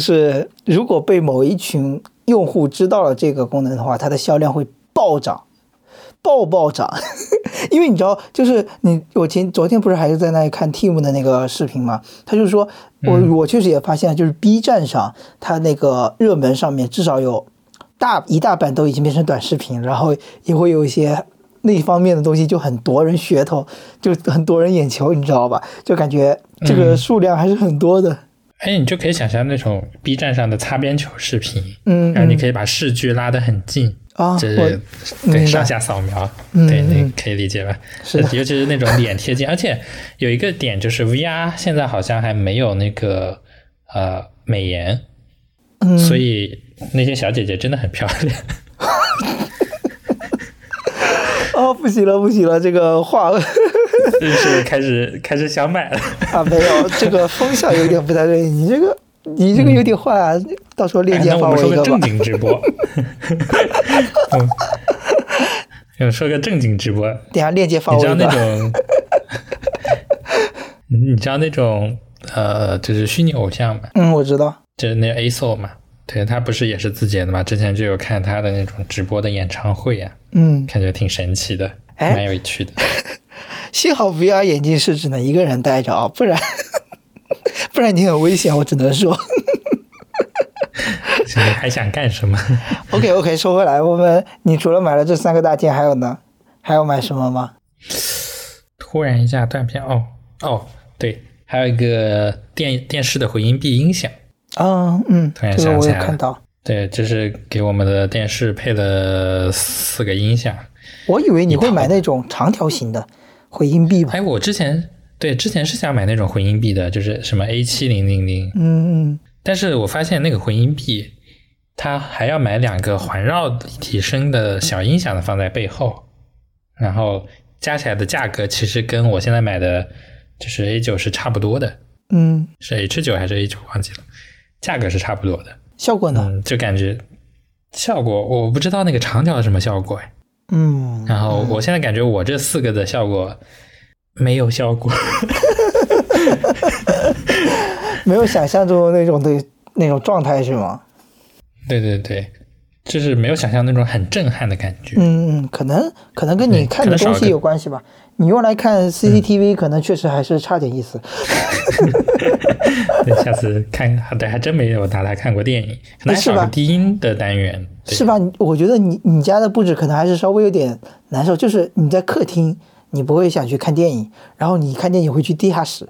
B: 如果被某一群用户知道了这个功能的话，它的销量会暴涨，暴暴涨。因为你知道，就是你我前昨天不是还是在那里看 Team 的那个视频嘛，他就说，我我确实也发现，就是 B 站上它那个热门上面至少有大一大半都已经变成短视频，然后也会有一些那方面的东西就很夺人噱头，就很夺人眼球，你知道吧？就感觉这个数量还是很多的。
C: 哎，你就可以想象那种 B 站上的擦边球视频，
B: 嗯，
C: 然后你可以把视距拉得很近
B: 啊，
C: 就是对上下扫描，
B: 嗯、
C: 对，你可以理解吧？
B: 是的，
C: 尤其是那种脸贴近，而且有一个点就是 V R 现在好像还没有那个呃美颜，
B: 嗯，
C: 所以那些小姐姐真的很漂亮。
B: 哦，不行了，不行了，这个话
C: 是不是开始开始想买了
B: 啊？没有，这个风向有点不太对，你这个你这个有点坏啊！嗯、到时候链接发我一个吧。
C: 哎、那我们说个正经直播。嗯，说个正经直播。
B: 等下链接发我一个。
C: 你知道那种，你知道那种呃，就是虚拟偶像嘛？
B: 嗯，我知道，
C: 就是那 A S O 嘛。对，他不是也是自剪的嘛？之前就有看他的那种直播的演唱会啊，
B: 嗯，
C: 感觉挺神奇的，蛮有趣的。
B: 幸好 V R 眼镜是只能一个人戴着啊，不然不然你很危险，我只能说。
C: 你还想干什么
B: ？OK OK， 说回来，我们你除了买了这三个大件，还有呢？还要买什么吗？
C: 突然一下断片哦哦，对，还有一个电电视的回音壁音响。
B: 嗯嗯，
C: 突然想起来了，
B: 这个我也看到。
C: 对，就是给我们的电视配了四个音响。
B: 我以为你会买那种长条形的回音壁吧？
C: 哎，我之前对之前是想买那种回音壁的，就是什么 A 七零零零，
B: 嗯嗯。
C: 但是我发现那个回音壁，它还要买两个环绕立体声的小音响的放在背后，然后加起来的价格其实跟我现在买的就是 A 九是差不多的。
B: 嗯，
C: 是 H 九还是 A 九忘记了，价格是差不多的。
B: 效果呢？
C: 嗯，就感觉效果我不知道那个长条什么效果哎。
B: 嗯，
C: 然后我现在感觉我这四个的效果没有效果。
B: 没有想象中那种的那种状态是吗？
C: 对对对，就是没有想象那种很震撼的感觉。
B: 嗯嗯，可能可能跟你看的东西有关系吧。你用来看 C C T V，、嗯、可能确实还是差点意思。
C: 对，下次看，对，还真没有拿来看过电影，可能还少个低音的单元，
B: 是吧？我觉得你你家的布置可能还是稍微有点难受，就是你在客厅，你不会想去看电影，然后你看电影会去地下室，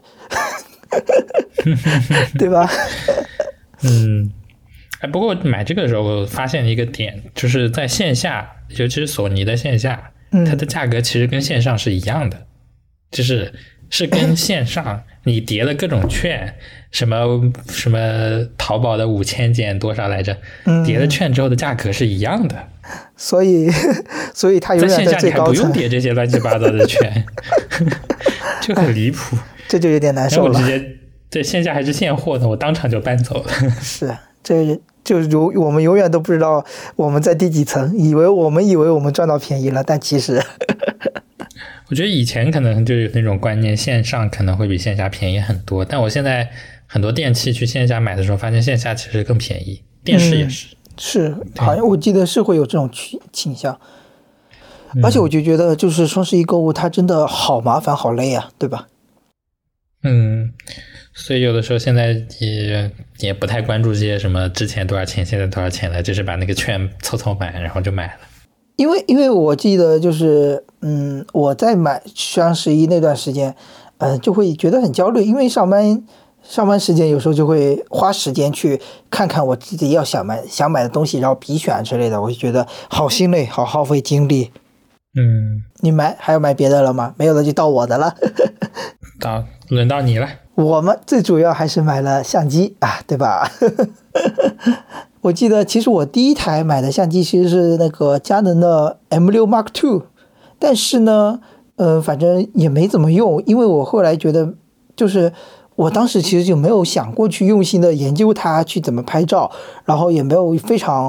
B: 对吧？
C: 嗯，哎，不过买这个的时候，我发现一个点，就是在线下，尤其是索尼的线下。它的价格其实跟线上是一样的，就是是跟线上你叠了各种券，什么什么淘宝的五千减多少来着，叠了券之后的价格是一样的。
B: 所以，所以它永远在最高层。
C: 在线下你还不用叠这些乱七八糟的券，就很离谱。
B: 这就有点难受了。
C: 我直接在线下还是现货呢，我当场就搬走了。
B: 是，这就如我们永远都不知道我们在第几层，以为我们以为我们赚到便宜了，但其实
C: 我觉得以前可能就有那种观念，线上可能会比线下便宜很多，但我现在很多电器去线下买的时候，发现线下其实更便宜，电视也是、
B: 嗯、是，好像我记得是会有这种倾向、嗯、而且我就觉得就是双十一购物它真的好麻烦好累啊，对吧？
C: 嗯，所以有的时候现在也也不太关注这些什么之前多少钱现在多少钱了，就是把那个券凑凑买然后就买了。
B: 因为因为我记得就是嗯我在买双十一那段时间呃就会觉得很焦虑，因为上班上班时间有时候就会花时间去看看我自己要想买想买的东西，然后比选之类的，我就觉得好心累，好耗费精力。
C: 嗯，
B: 你买还要买别的了吗？没有的就到我的了。
C: 到轮到你了。
B: 我们最主要还是买了相机啊，对吧？我记得其实我第一台买的相机其实是那个佳能的 M 六 Mark 二， 但是呢呃，反正也没怎么用，因为我后来觉得就是我当时其实就没有想过去用心的研究它去怎么拍照，然后也没有非常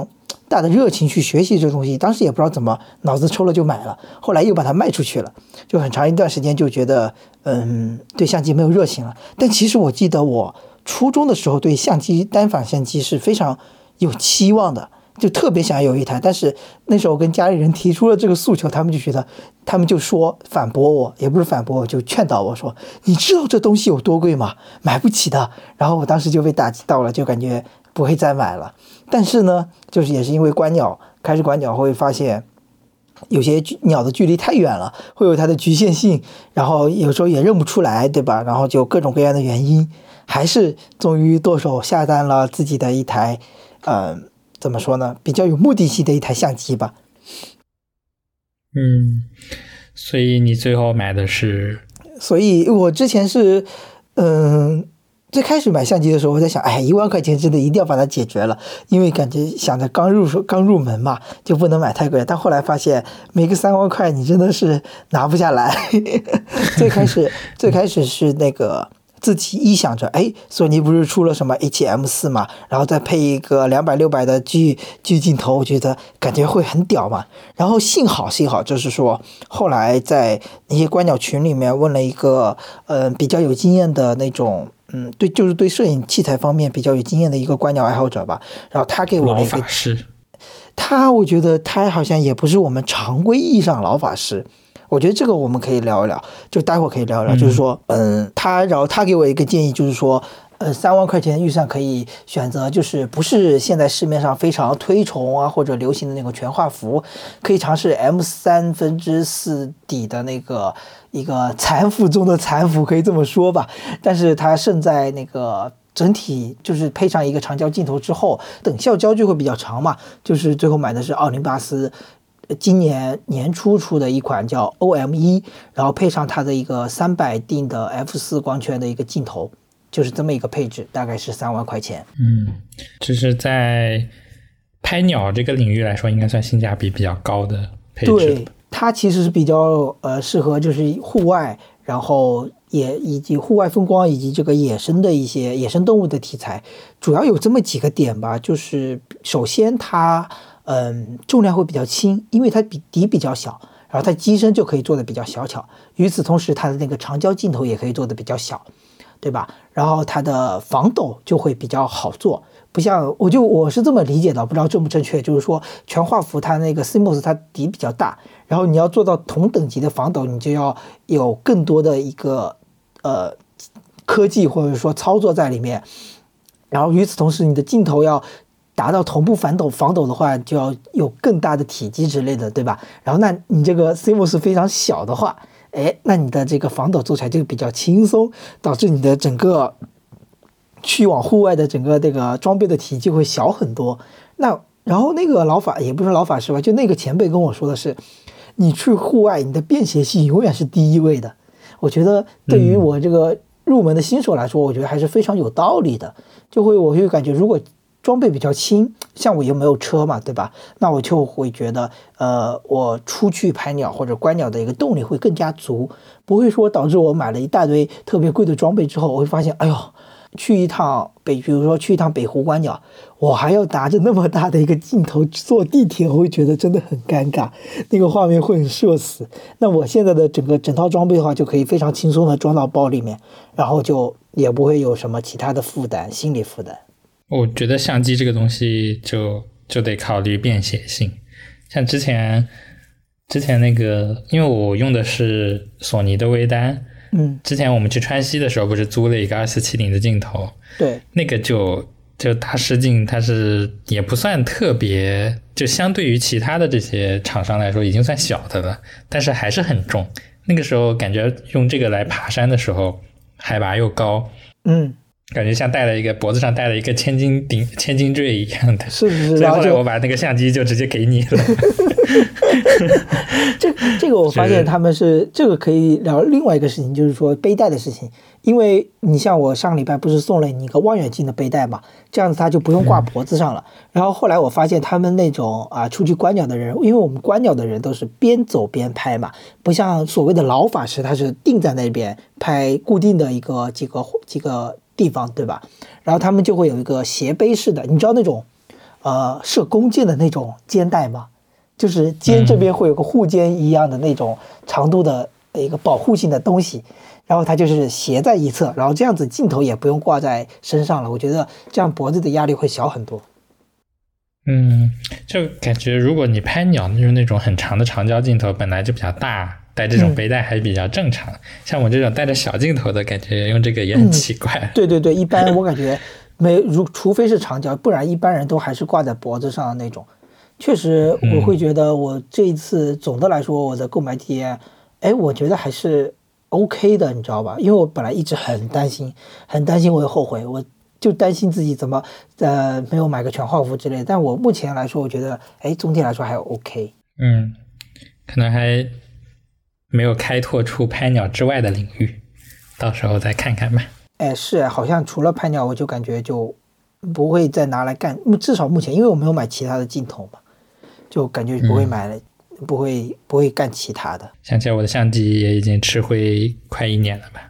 B: 大的热情去学习这东西，当时也不知道怎么脑子抽了就买了，后来又把它卖出去了，就很长一段时间就觉得嗯对相机没有热情了。但其实我记得我初中的时候对相机单反相机是非常有期望的，就特别想有一台，但是那时候跟家里人提出了这个诉求，他们就觉得他们就说反驳我，也不是反驳我，就劝导我说你知道这东西有多贵吗？买不起的。然后我当时就被打击到了，就感觉不会再买了。但是呢就是也是因为观鸟，开始观鸟会发现有些鸟的距离太远了，会有它的局限性，然后有时候也认不出来，对吧？然后就各种各样的原因，还是终于剁手下单了自己的一台呃怎么说呢，比较有目的性的一台相机吧。
C: 嗯，所以你最后买的是？
B: 所以我之前是嗯、呃最开始买相机的时候，我在想，哎，一万块钱真的一定要把它解决了，因为感觉想着刚入手、刚入门嘛，就不能买太贵。但后来发现，没个三万块，你真的是拿不下来。最开始，最开始是那个自己一想着，哎，索尼不是出了什么 H M 四 嘛，然后再配一个两百六百的 G G 镜头，我觉得感觉会很屌嘛。然后幸好幸好就是说，后来在那些观鸟群里面问了一个呃比较有经验的那种。嗯，对，就是对摄影器材方面比较有经验的一个观鸟爱好者吧。然后他给我了一个
C: 老法师，
B: 他我觉得他好像也不是我们常规意义上老法师。我觉得这个我们可以聊一聊，就待会儿可以聊一聊。嗯、就是说，嗯，他然后他给我一个建议，就是说，呃，三万块钱预算可以选择，就是不是现在市面上非常推崇啊或者流行的那个全画幅，可以尝试 M 三分之四底的那个一个残幅中的残幅，可以这么说吧。但是它胜在那个整体就是配上一个长焦镜头之后，等效焦距会比较长嘛。就是最后买的是奥林巴斯。今年年初出的一款叫 O M 一，然后配上它的一个三百定的 F 四 光圈的一个镜头，就是这么一个配置，大概是三万块钱。
C: 嗯，就是在拍鸟这个领域来说，应该算性价比比较高的配置。
B: 对，它其实是比较呃适合就是户外，然后也以及户外风光以及这个野生的一些野生动物的题材，主要有这么几个点吧。就是首先它嗯重量会比较轻，因为它比底比较小，然后它机身就可以做的比较小巧。与此同时，它的那个长焦镜头也可以做的比较小，对吧？然后它的防抖就会比较好做。不像我就我是这么理解的，不知道正不正确，就是说全画幅它那个 C M O S 它底比较大，然后你要做到同等级的防抖，你就要有更多的一个呃科技或者说操作在里面。然后与此同时，你的镜头要达到同步反抖防抖的话，就要有更大的体积之类的，对吧？然后那你这个 C M O S 非常小的话，哎，那你的这个防抖做起来就比较轻松，导致你的整个去往户外的整个这个装备的体积会小很多。那然后那个老法也不是老法师吧，就那个前辈跟我说的是，你去户外你的便携性永远是第一位的。我觉得对于我这个入门的新手来说，我觉得还是非常有道理的。就会我会感觉，如果装备比较轻，像我又没有车嘛，对吧？那我就会觉得，呃，我出去拍鸟或者观鸟的一个动力会更加足，不会说导致我买了一大堆特别贵的装备之后，我会发现，哎呦，去一趟北，比如说去一趟北湖观鸟，我还要拿着那么大的一个镜头坐地铁，我会觉得真的很尴尬，那个画面会很社死。那我现在的整个整套装备的话，就可以非常轻松的装到包里面，然后就也不会有什么其他的负担，心理负担。
C: 我觉得相机这个东西就就得考虑便携性，像之前之前那个，因为我用的是索尼的微单，
B: 嗯，
C: 之前我们去川西的时候不是租了一个二四七零的镜头，
B: 对，
C: 那个就就大师镜，它是也不算特别，就相对于其他的这些厂商来说已经算小的了，但是还是很重。那个时候感觉用这个来爬山的时候，海拔又高，
B: 嗯。
C: 感觉像戴了一个脖子上戴了一个千斤顶千斤坠一样的，
B: 是是是。
C: 所以后来我把那个相机就直接给你了。
B: 这这个我发现他们是这个可以聊另外一个事情，就是说背带的事情。因为你像我上礼拜不是送了你一个望远镜的背带嘛，这样子它就不用挂脖子上了。嗯、然后后来我发现他们那种啊出去观鸟的人，因为我们观鸟的人都是边走边拍嘛，不像所谓的老法师，他是定在那边拍固定的一个几个几个地方，对吧？然后他们就会有一个斜背式的，你知道那种呃射弓箭的那种肩带吗？就是肩这边会有个护肩一样的那种长度的一个保护性的东西，然后它就是斜在一侧，然后这样子镜头也不用挂在身上了，我觉得这样脖子的压力会小很多。
C: 嗯，就感觉如果你拍鸟就是那种很长的长焦镜头本来就比较大，带这种背带还比较正常、嗯、像我这种带着小镜头的感觉用这个也很奇怪、
B: 嗯、对对对，一般我感觉没如除非是长焦，不然一般人都还是挂在脖子上的那种。确实我会觉得我这一次总的来说我的购买体验、嗯、哎，我觉得还是 OK 的，你知道吧？因为我本来一直很担心很担心我会后悔，我就担心自己怎么呃没有买个全画幅之类的，但我目前来说我觉得哎总体来说还 OK。
C: 嗯，可能还没有开拓出拍鸟之外的领域，到时候再看看吧。
B: 哎，是，好像除了拍鸟我就感觉就不会再拿来干，至少目前因为我没有买其他的镜头嘛，就感觉不会买了、嗯、不会不会干其他的。
C: 想起来我的相机也已经吃灰快一年了吧。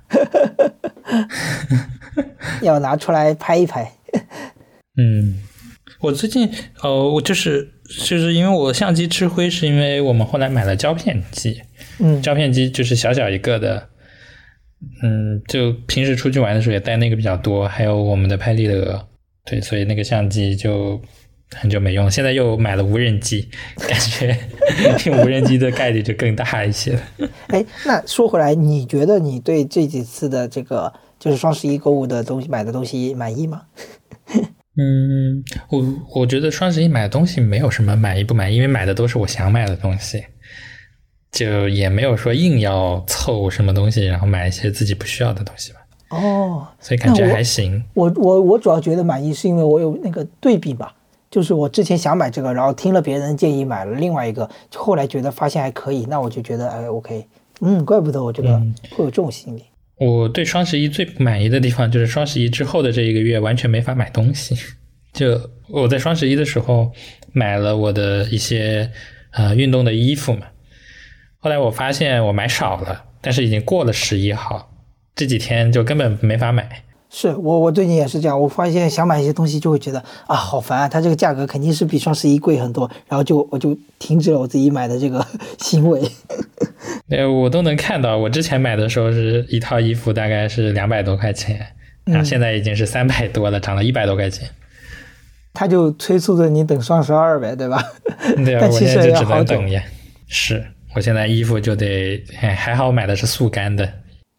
B: 要拿出来拍一拍。
C: 嗯，我最近哦，我就是就是因为我相机吃灰，是因为我们后来买了胶片机。
B: 嗯，
C: 胶片机就是小小一个的，嗯，就平时出去玩的时候也带那个比较多，还有我们的拍立得，对，所以那个相机就很久没用，现在又买了无人机，感觉用无人机的概率就更大一些了。
B: 哎，那说回来，你觉得你对这几次的这个就是双十一购物的东西买的东西满意吗？
C: 嗯，我我觉得双十一买的东西没有什么满意不满意，因为买的都是我想买的东西，就也没有说硬要凑什么东西，然后买一些自己不需要的东西吧。
B: 哦，
C: 所以感觉还行。
B: 我我我主要觉得满意是因为我有那个对比吧，就是我之前想买这个，然后听了别人建议买了另外一个，后来觉得发现还可以，那我就觉得哎 OK， 嗯，怪不得我这个会有这种心理。
C: 嗯，我对双十一最不满意的地方就是双十一之后的这一个月完全没法买东西。就我在双十一的时候买了我的一些呃运动的衣服嘛，后来我发现我买少了，但是已经过了十一号，这几天就根本没法买。
B: 是我我最近也是这样，我发现想买一些东西就会觉得啊好烦啊，它这个价格肯定是比双十一贵很多，然后就我就停止了我自己买的这个行为。
C: 对，我都能看到，我之前买的时候是一套衣服大概是两百多块钱，然后现在已经是三百多了，涨了一百多块钱。
B: 他就催促着你等双十二呗，对吧？
C: 对啊，
B: 但其实
C: 我现在就只能等呀。是，我现在衣服就得，哎，还好买的是速干的。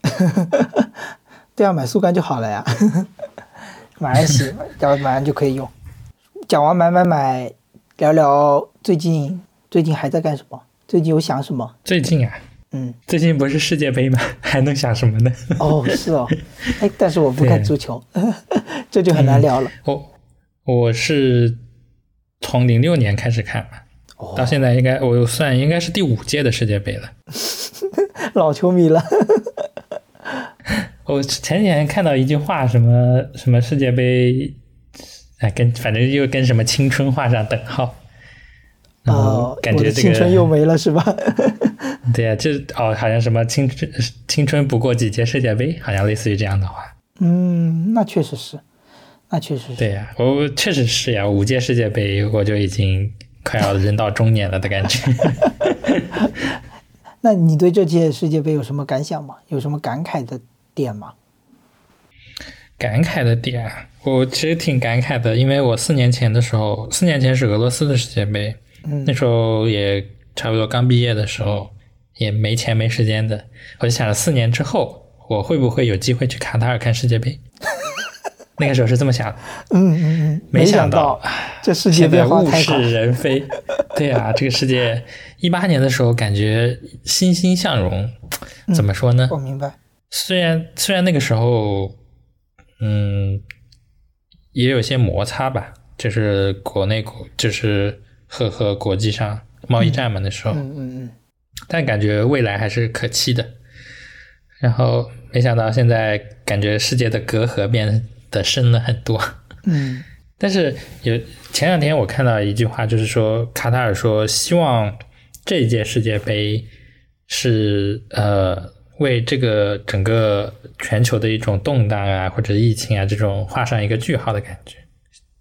B: 对啊，买速干就好了呀，马上洗，然后马上就可以用。讲完买买买，聊聊最近最近还在干什么？最近有想什么？
C: 最近啊，
B: 嗯，
C: 最近不是世界杯吗？还能想什么呢？
B: 哦，是哦，哎，但是我不看足球，这就很难聊了。
C: 我、嗯、我是从零六年开始看嘛。哦、到现在应该我算应该是第五届的世界杯了。
B: 老球迷了。
C: 我前几天看到一句话，什么什么世界杯，哎，跟反正又跟什么青春画上等号。
B: 哦，
C: 感觉、这个、
B: 青春又没了是吧？
C: 对呀、啊，这哦，好像什么青春青春不过几届世界杯，好像类似于这样的话。
B: 嗯，那确实是，那确实是。
C: 对呀、啊，我确实是呀，五届世界杯我就已经快要人到中年了的感觉。
B: 那你对这届世界杯有什么感想吗？有什么感慨的点吗？
C: 感慨的点，我其实挺感慨的，因为我四年前的时候，四年前是俄罗斯的世界杯，嗯，那时候也差不多刚毕业的时候，也没钱没时间的，我就想着四年之后我会不会有机会去卡塔尔看世界杯。那个时候是这么想的，
B: 嗯嗯嗯，
C: 没想到
B: 这世界变化太快，
C: 物是人非。对啊，这个世界一八年的时候感觉欣欣向荣，怎么说呢？
B: 嗯、我明白。
C: 虽然虽然那个时候，嗯，也有些摩擦吧，就是国内国就是和和国际上贸易战嘛的时候，
B: 嗯嗯嗯，
C: 但感觉未来还是可期的。然后没想到现在感觉世界的隔阂变的深了很多，
B: 嗯，
C: 但是有前两天我看到一句话，就是说卡塔尔说希望这一届世界杯是呃为这个整个全球的一种动荡啊或者疫情啊这种画上一个句号的感觉，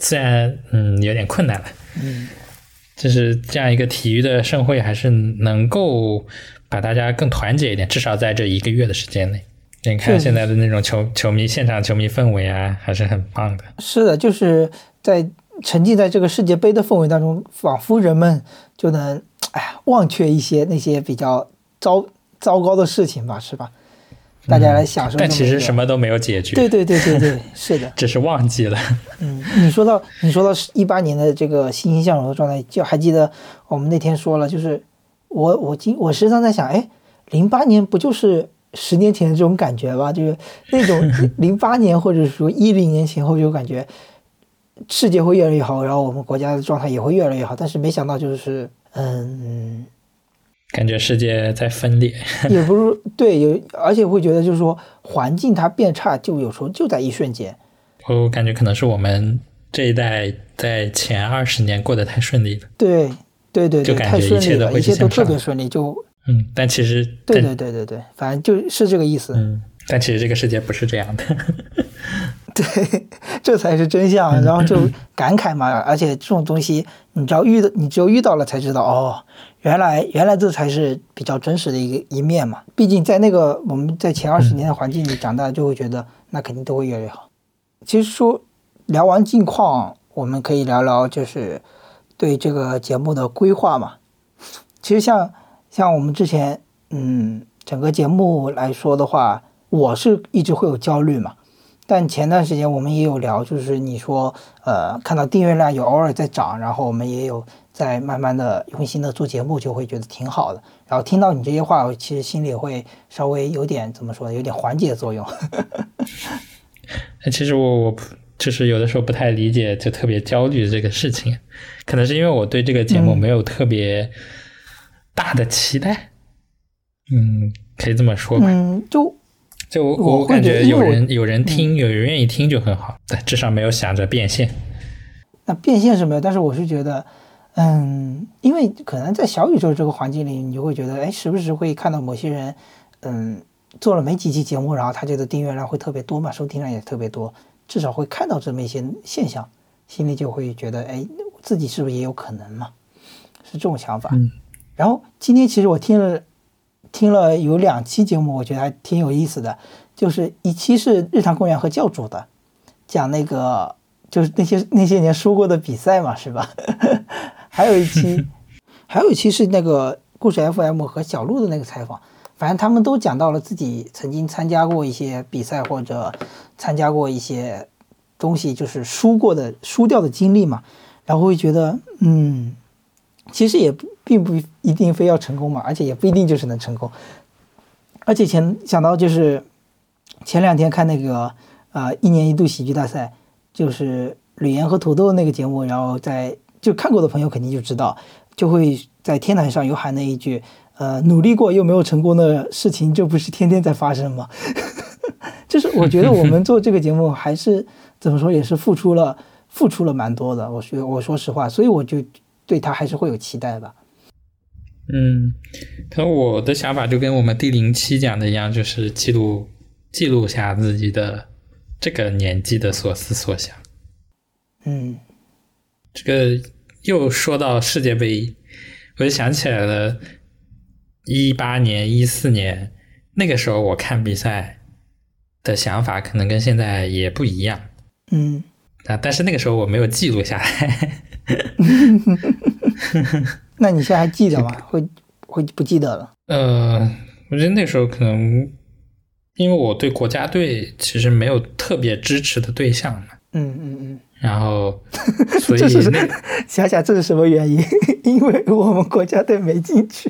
C: 虽然嗯有点困难了，
B: 嗯，
C: 就是这样一个体育的盛会，还是能够把大家更团结一点，至少在这一个月的时间内。你看现在的那种球球迷现场球迷氛围啊，还是很棒的。
B: 是的，就是在沉浸在这个世界杯的氛围当中，仿佛人们就能哎忘却一些那些比较糟糟糕的事情吧，是吧？大家来享受、嗯。
C: 但其实什么都没有解决。
B: 对对对对对，是的，
C: 只是忘记了。
B: 嗯，你说到你说到一八年的这个欣欣向荣的状态，就还记得我们那天说了，就是我我今我时常在想，哎，零八年不就是十年前的这种感觉吧，就是那种零八年或者说一零年前后就感觉世界会越来越好，然后我们国家的状态也会越来越好，但是没想到就是嗯，
C: 感觉世界在分裂，
B: 也不是对，有而且会觉得就是说环境它变差，就有时候就在一瞬间。
C: 我感觉可能是我们这一代在前二十年过得太顺利了，
B: 对对对对，
C: 就感觉一切都会
B: 一切都特别顺利，就。
C: 嗯，但其实
B: 对对对对对，反正就是这个意思。
C: 嗯，但其实这个世界不是这样的。
B: 对，这才是真相。然后就感慨嘛，而且这种东西，你只要遇到，你只有遇到了才知道，哦，原来原来这才是比较真实的一个一面嘛。毕竟在那个我们在前二十年的环境里长大，就会觉得那肯定都会越来越好。其实说聊完近况，我们可以聊聊就是对这个节目的规划嘛。其实像。像我们之前，嗯，整个节目来说的话，我是一直会有焦虑嘛。但前段时间我们也有聊，就是你说，呃，看到订阅量有偶尔在涨，然后我们也有在慢慢的用心的做节目，就会觉得挺好的。然后听到你这些话，我其实心里会稍微有点怎么说呢，有点缓解作用。
C: 其实我我就是有的时候不太理解，就特别焦虑这个事情，可能是因为我对这个节目没有特别。嗯大的期待，嗯，可以这么说吧。
B: 嗯，就
C: 就我我感觉有人有人听，有人愿意听就很好，但至少没有想着变现。
B: 那变现是没有，但是我是觉得，嗯，因为可能在小宇宙这个环境里，你就会觉得，哎，时不时会看到某些人，嗯，做了没几期节目，然后他这个订阅量会特别多嘛，收听量也特别多，至少会看到这么一些现象，心里就会觉得，哎，自己是不是也有可能嘛？是这种想法。
C: 嗯。
B: 然后今天其实我听了听了有两期节目，我觉得还挺有意思的，就是一期是日坛公园和教主的，讲那个就是那些那些年输过的比赛嘛，是吧？还有一期还有一期是那个故事 F M 和小鹿的那个采访，反正他们都讲到了自己曾经参加过一些比赛或者参加过一些东西，就是输过的输掉的经历嘛，然后会觉得嗯。其实也并不一定非要成功嘛，而且也不一定就是能成功。而且前想到就是前两天看那个呃一年一度喜剧大赛，就是吕岩和土豆那个节目，然后在就看过的朋友肯定就知道，就会在天台上有喊那一句呃努力过又没有成功的事情，这不是天天在发生吗？就是我觉得我们做这个节目还是怎么说也是付出了付出了蛮多的，我说我说实话，所以我就。对他还是会有期待吧。
C: 嗯，可能我的想法就跟我们第零期讲的一样，就是记录记录下自己的这个年纪的所思所想。
B: 嗯，
C: 这个又说到世界杯，我就想起来了，一八年、一四年那个时候我看比赛的想法可能跟现在也不一样。
B: 嗯，
C: 啊，但是那个时候我没有记录下来。
B: 那你现在还记得吗？会会不记得了？
C: 呃，我觉得那时候可能因为我对国家队其实没有特别支持的对象嘛。
B: 嗯嗯嗯。
C: 然后，所以
B: 这是想想这是什么原因？因为我们国家队没进去。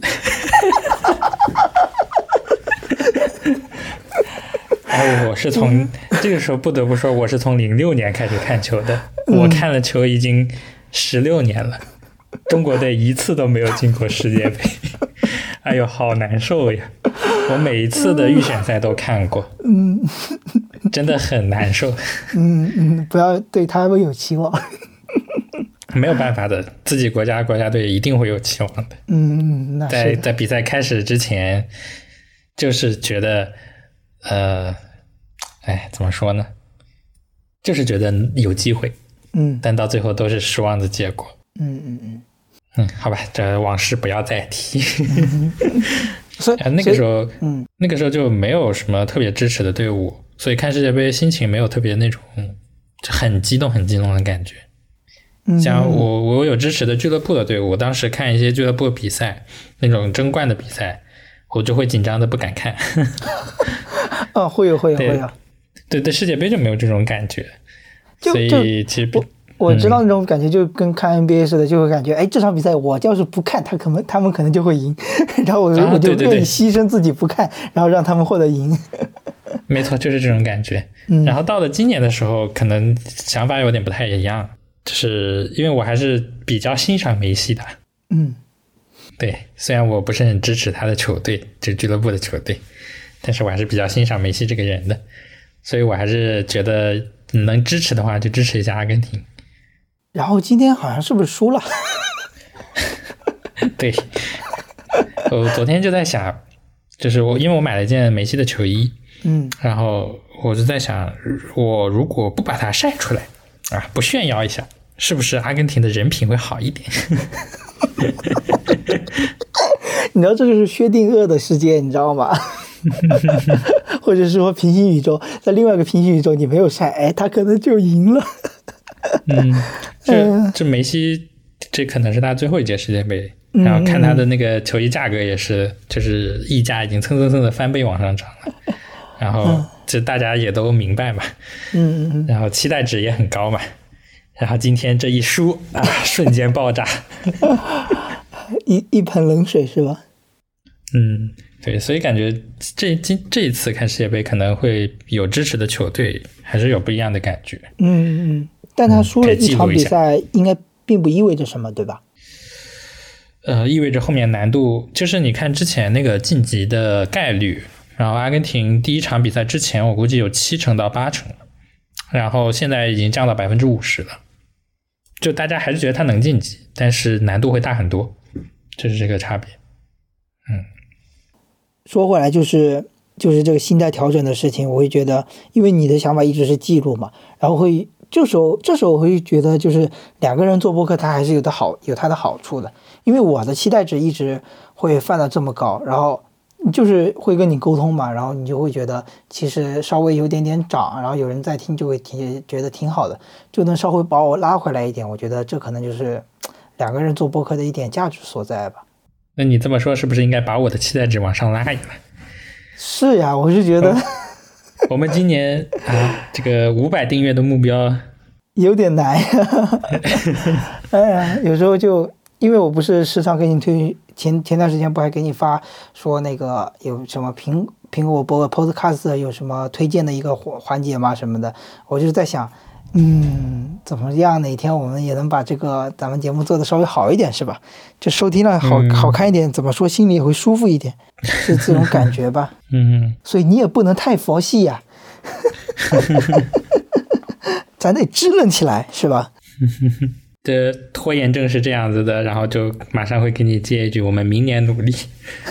C: 然后我是从这个时候不得不说，我是从零六年开始看球的。我看了球已经十六年了，中国队一次都没有进过世界杯。哎呦，好难受呀！我每一次的预选赛都看过，
B: 嗯，
C: 真的很难受。
B: 嗯嗯，不要对他们有期望。
C: 没有办法的，自己国家国家队一定会有期望的。
B: 嗯，那是
C: 在在比赛开始之前，就是觉得，呃，哎，怎么说呢？就是觉得有机会，
B: 嗯，
C: 但到最后都是失望的结果。
B: 嗯嗯嗯
C: 嗯，好吧，这往事不要再提。
B: 嗯、所以、
C: 啊、那个时候，
B: 嗯，
C: 那个时候就没有什么特别支持的队伍，所以看世界杯心情没有特别那种很激动、很激动的感觉。
B: 嗯、
C: 像我，我有支持的俱乐部的队伍，我当时看一些俱乐部比赛，那种争冠的比赛，我就会紧张的不敢看。
B: 啊，会有会有会有。
C: 对对，世界杯就没有这种感觉，所以其实
B: 我我知道那种感觉，就跟看 N B A 似的，就会感觉，哎，这场比赛我要是不看，他可能他们可能就会赢，然后我、啊、我就愿意牺牲自己不看，然后让他们获得赢。
C: 没错，就是这种感觉。
B: 嗯、
C: 然后到了今年的时候，可能想法有点不太一样，就是因为我还是比较欣赏梅西的。
B: 嗯，
C: 对，虽然我不是很支持他的球队，就俱乐部的球队，但是我还是比较欣赏梅西这个人的，所以我还是觉得能支持的话就支持一下阿根廷。
B: 然后今天好像是不是输了？
C: 对，我昨天就在想，就是我因为我买了一件梅西的球衣，
B: 嗯，
C: 然后我就在想，我如果不把它晒出来啊，不炫耀一下，是不是阿根廷的人品会好一点？
B: 你知道这就是薛定谔的世界，你知道吗？或者说平行宇宙，在另外一个平行宇宙你没有晒，哎，他可能就赢了。
C: 嗯，这这梅西这可能是他最后一届世界杯，嗯、然后看他的那个球衣价格也是，就是溢价已经蹭蹭蹭的翻倍往上涨了，然后这大家也都明白嘛，
B: 嗯嗯，
C: 然后期待值也很高嘛，然后今天这一输啊，瞬间爆炸，
B: 一一盆冷水是吧？
C: 嗯，对，所以感觉这今这一次看世界杯可能会有支持的球队，还是有不一样的感觉。
B: 嗯嗯。但他输了一场比赛，应该并不意味着什么，对吧？
C: 呃，意味着后面难度，就是你看之前那个晋级的概率，然后阿根廷第一场比赛之前，我估计有七成到八成，然后现在已经降到百分之五十了。就大家还是觉得他能晋级，但是难度会大很多，这是这个差别。嗯，
B: 说回来就是就是这个心态调整的事情，我会觉得，因为你的想法一直是记录嘛，然后会。这时候，这时候我会觉得，就是两个人做播客，它还是有的好，有它的好处的。因为我的期待值一直会放到这么高，然后就是会跟你沟通嘛，然后你就会觉得其实稍微有点点涨，然后有人在听就会挺觉得挺好的，就能稍微把我拉回来一点。我觉得这可能就是两个人做播客的一点价值所在吧。
C: 那你这么说，是不是应该把我的期待值往上拉一拉？
B: 是呀，我是觉得。哦
C: 我们今年啊，这个五百订阅的目标
B: 有点难呀。哎呀，有时候就因为我不是时常给你推前前段时间不还给你发说那个有什么苹苹果播 Podcast 有什么推荐的一个环节吗什么的，我就是在想，嗯，怎么样哪天我们也能把这个咱们节目做的稍微好一点是吧？就收听量好、嗯、好看一点，怎么说心里也会舒服一点，是这种感觉吧。
C: 嗯，
B: 所以你也不能太佛系呀、啊，咱得支棱起来是吧？
C: 这拖延症是这样子的，然后就马上会给你接一句我们明年努力。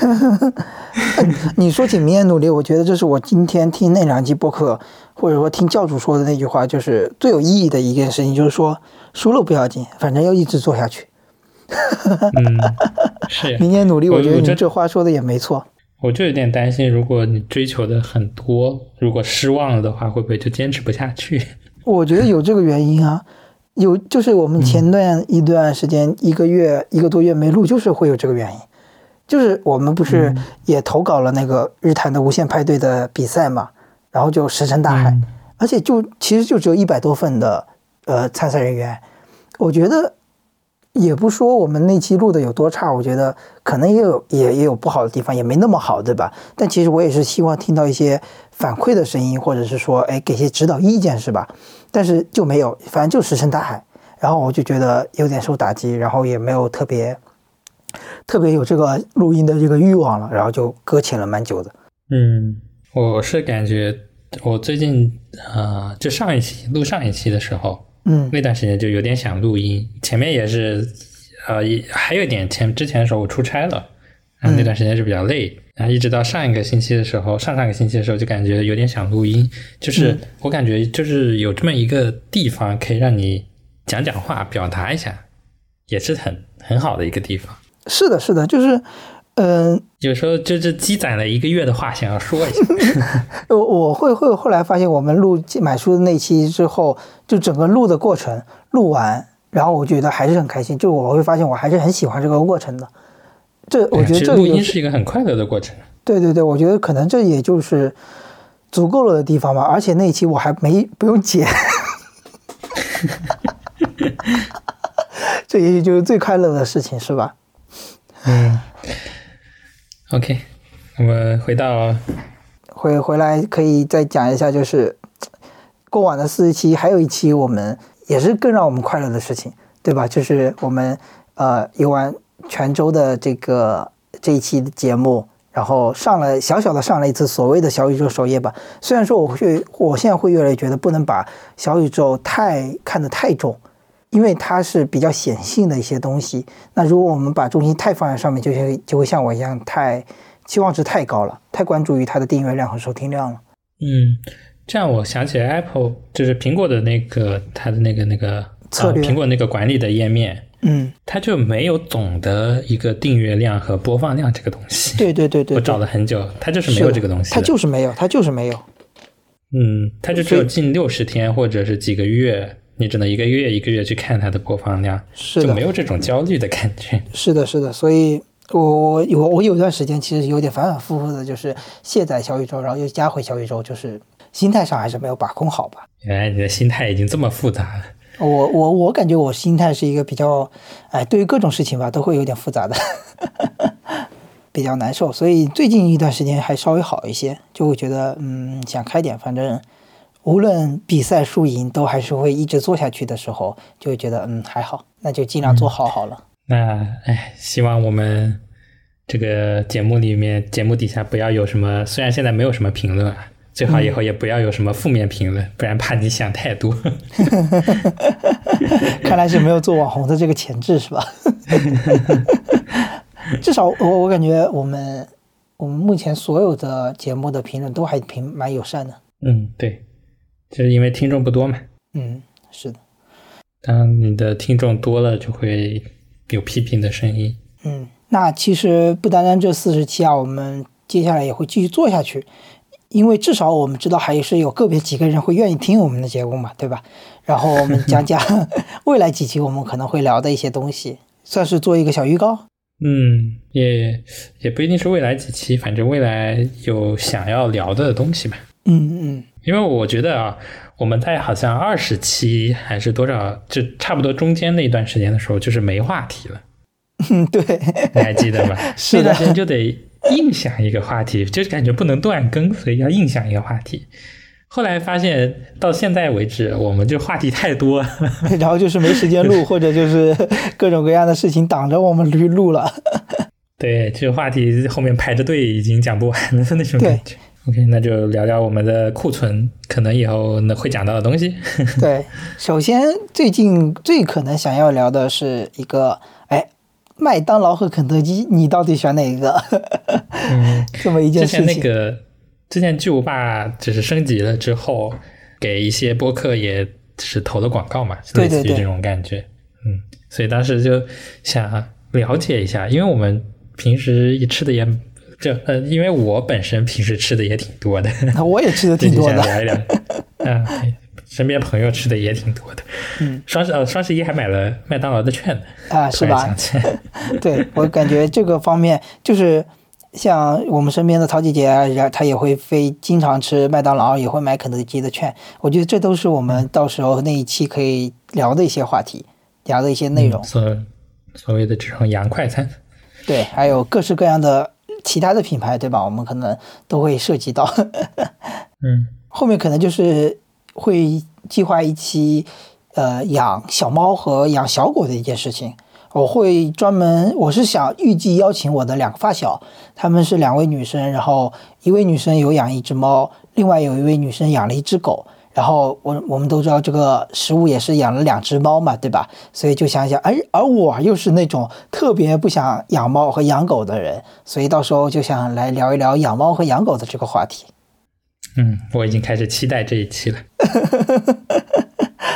B: 你说起明年努力，我觉得这是我今天听那两期播客或者说听教主说的那句话，就是最有意义的一件事情，就是说输了不要紧，反正要一直做下去。
C: 嗯，是
B: 明年努力，我觉得你这话说的也没错。
C: 我就有点担心，如果你追求的很多，如果失望了的话，会不会就坚持不下去？
B: 我觉得有这个原因啊，有就是我们前段一段时间、嗯、一个月一个多月没录，就是会有这个原因。就是我们不是也投稿了那个日坛的无限派对的比赛嘛，然后就石沉大海，嗯、而且就其实就只有一百多份的呃参赛人员，我觉得。也不说我们那期录的有多差，我觉得可能也有也也有不好的地方，也没那么好，对吧？但其实我也是希望听到一些反馈的声音，或者是说，哎，给些指导意见，是吧？但是就没有，反正就石沉大海。然后我就觉得有点受打击，然后也没有特别特别有这个录音的这个欲望了，然后就搁浅了蛮久的。
C: 嗯，我是感觉我最近呃，就上一期录上一期的时候。
B: 嗯，
C: 那段时间就有点想录音，前面也是，呃，还有一点前之前的时候我出差了，然后那段时间是比较累，嗯、然后一直到上一个星期的时候，上上个星期的时候就感觉有点想录音，就是我感觉就是有这么一个地方可以让你讲讲话，表达一下，也是很很好的一个地方。
B: 是的，是的，就是嗯、呃，
C: 有时候就是积攒了一个月的话想要说一下。
B: 我我会会后来发现，我们录买书的那期之后，就整个录的过程录完，然后我觉得还是很开心，就我会发现我还是很喜欢这个过程的。这我觉得这
C: 录音是一个很快乐的过程。
B: 对对对，我觉得可能这也就是足够了的地方吧。而且那一期我还没不用剪，这也许就是最快乐的事情，是吧？
C: 嗯。OK， 我们回到
B: 回回来可以再讲一下，就是过往的四十期，还有一期我们也是更让我们快乐的事情，对吧？就是我们呃游玩泉州的这个这一期的节目，然后上了小小的上了一次所谓的小宇宙首页吧。虽然说我会我现在会越来越觉得不能把小宇宙太看得太重，因为它是比较显性的一些东西。那如果我们把重心太放在上面，就会就会像我一样太期望值太高了，太关注于它的订阅量和收听量了。
C: 嗯，这样我想起来 Apple 就是苹果的那个它的那个那个
B: 策略、
C: 呃，苹果那个管理的页面，
B: 嗯，
C: 它就没有总的一个订阅量和播放量这个东西。
B: 对对对 对, 对，
C: 我找了很久，它就是没有这个东西。
B: 它就是没有，它就是没有。
C: 嗯，它就只有近六十天或者是几个月。你只能一个月一个月去看它的播放量，
B: 是的，
C: 就没有这种焦虑的感觉。
B: 是的，是的，所以我我我我有一段时间其实有点反反复复的，就是卸载小宇宙，然后又加回小宇宙，就是心态上还是没有把控好吧。
C: 原来你的心态已经这么复杂了。
B: 我我我感觉我心态是一个比较，哎，对于各种事情吧都会有点复杂的，比较难受。所以最近一段时间还稍微好一些，就会觉得嗯想开点，反正。无论比赛输赢都还是会一直做下去的时候，就会觉得嗯还好，那就尽量做好好了。
C: 嗯、那哎，希望我们这个节目里面节目底下不要有什么，虽然现在没有什么评论啊，最好以后也不要有什么负面评论，嗯、不然怕你想太多。
B: 看来是没有做网红的这个潜质是吧？至少我我感觉我们我们目前所有的节目的评论都还挺蛮友善的。
C: 嗯，对。就是因为听众不多嘛。
B: 嗯，是的。
C: 当你的听众多了，就会有批评的声音。
B: 嗯，那其实不单单这四十期啊，我们接下来也会继续做下去，因为至少我们知道还是有个别几个人会愿意听我们的节目嘛，对吧？然后我们讲讲未来几期我们可能会聊的一些东西，算是做一个小预告。
C: 嗯，也也不一定是未来几期，反正未来有想要聊的东西吧。
B: 嗯嗯。
C: 因为我觉得啊，我们在好像二十期还是多少，就差不多中间那一段时间的时候，就是没话题了。
B: 嗯，对，
C: 你还记得吗？
B: 是的，
C: 那段时间就得硬想一个话题，就是感觉不能断更，所以要硬想一个话题。后来发现到现在为止，我们这话题太多了，
B: 然后就是没时间录，或者就是各种各样的事情挡着我们去录了。
C: 对，这个话题后面排着队已经讲不完了那种感觉。OK， 那就聊聊我们的库存，可能以后会讲到的东西。
B: 对，首先最近最可能想要聊的是一个，哎，麦当劳和肯德基，你到底选哪一个？嗯，这么一件事情。
C: 之前那个，之前巨无霸只是升级了之后，给一些播客也是投了广告嘛，
B: 对对对，
C: 类似于这种感觉。嗯，所以当时就想了解一下，因为我们平时也吃的也。这呃，因为我本身平时吃的也挺多的，
B: 我也吃的挺多的。
C: 聊一聊，啊，身边朋友吃的也挺多的。嗯，双十呃双十一还买了麦当劳的券呢，
B: 啊，是吧？对，我感觉这个方面就是像我们身边的陶姐姐啊，她也会非经常吃麦当劳，也会买肯德基的券。我觉得这都是我们到时候那一期可以聊的一些话题，聊的一些内容。
C: 嗯、所所谓的这种洋快餐，
B: 对，还有各式各样的。其他的品牌对吧，我们可能都会涉及到。
C: 嗯，
B: 后面可能就是会计划一期呃养小猫和养小狗的一件事情。我会专门我是想预计邀请我的两个发小，她们是两位女生，然后一位女生有养一只猫，另外有一位女生养了一只狗。然后我我们都知道这个食物也是养了两只猫嘛，对吧？所以就想想，而而我又是那种特别不想养猫和养狗的人，所以到时候就想来聊一聊养猫和养狗的这个话题。
C: 嗯，我已经开始期待这一期了。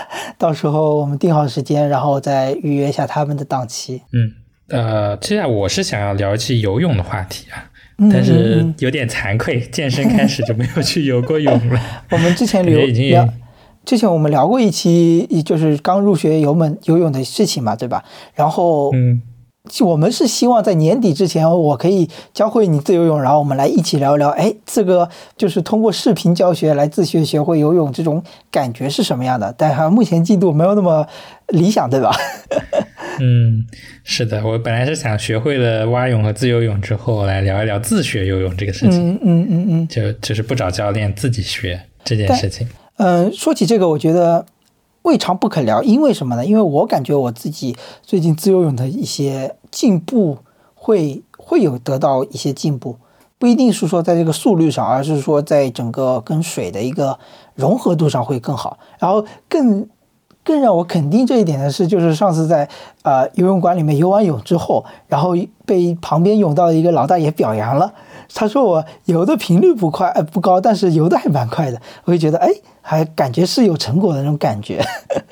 B: 到时候我们定好时间，然后再预约一下他们的档期。
C: 嗯，呃，接下来我是想要聊一期游泳的话题啊，但是有点惭愧，嗯、健身开始就没有去游过泳了。
B: 我们之前聊
C: 已经
B: 聊，之前我们聊过一期，就是刚入学游泳游泳的事情嘛，对吧？然后，
C: 嗯。
B: 我们是希望在年底之前，我可以教会你自由泳，然后我们来一起聊一聊，哎，这个就是通过视频教学来自学学会游泳，这种感觉是什么样的？但是目前进度没有那么理想，对吧？
C: 嗯，是的，我本来是想学会了蛙泳和自由泳之后，来聊一聊自学游泳这个事情。
B: 嗯嗯嗯嗯，
C: 就就是不找教练自己学这件事情。
B: 嗯、呃，说起这个，我觉得未尝不可聊，因为什么呢？因为我感觉我自己最近自由泳的一些进步会会有得到一些进步，不一定是说在这个速率上，而是说在整个跟水的一个融合度上会更好。然后更更让我肯定这一点的是，就是上次在呃游泳馆里面游完泳之后，然后被旁边泳道的一个老大爷表扬了。他说我游的频率不快，呃不高，但是游的还蛮快的。我会觉得，哎，还感觉是有成果的那种感觉。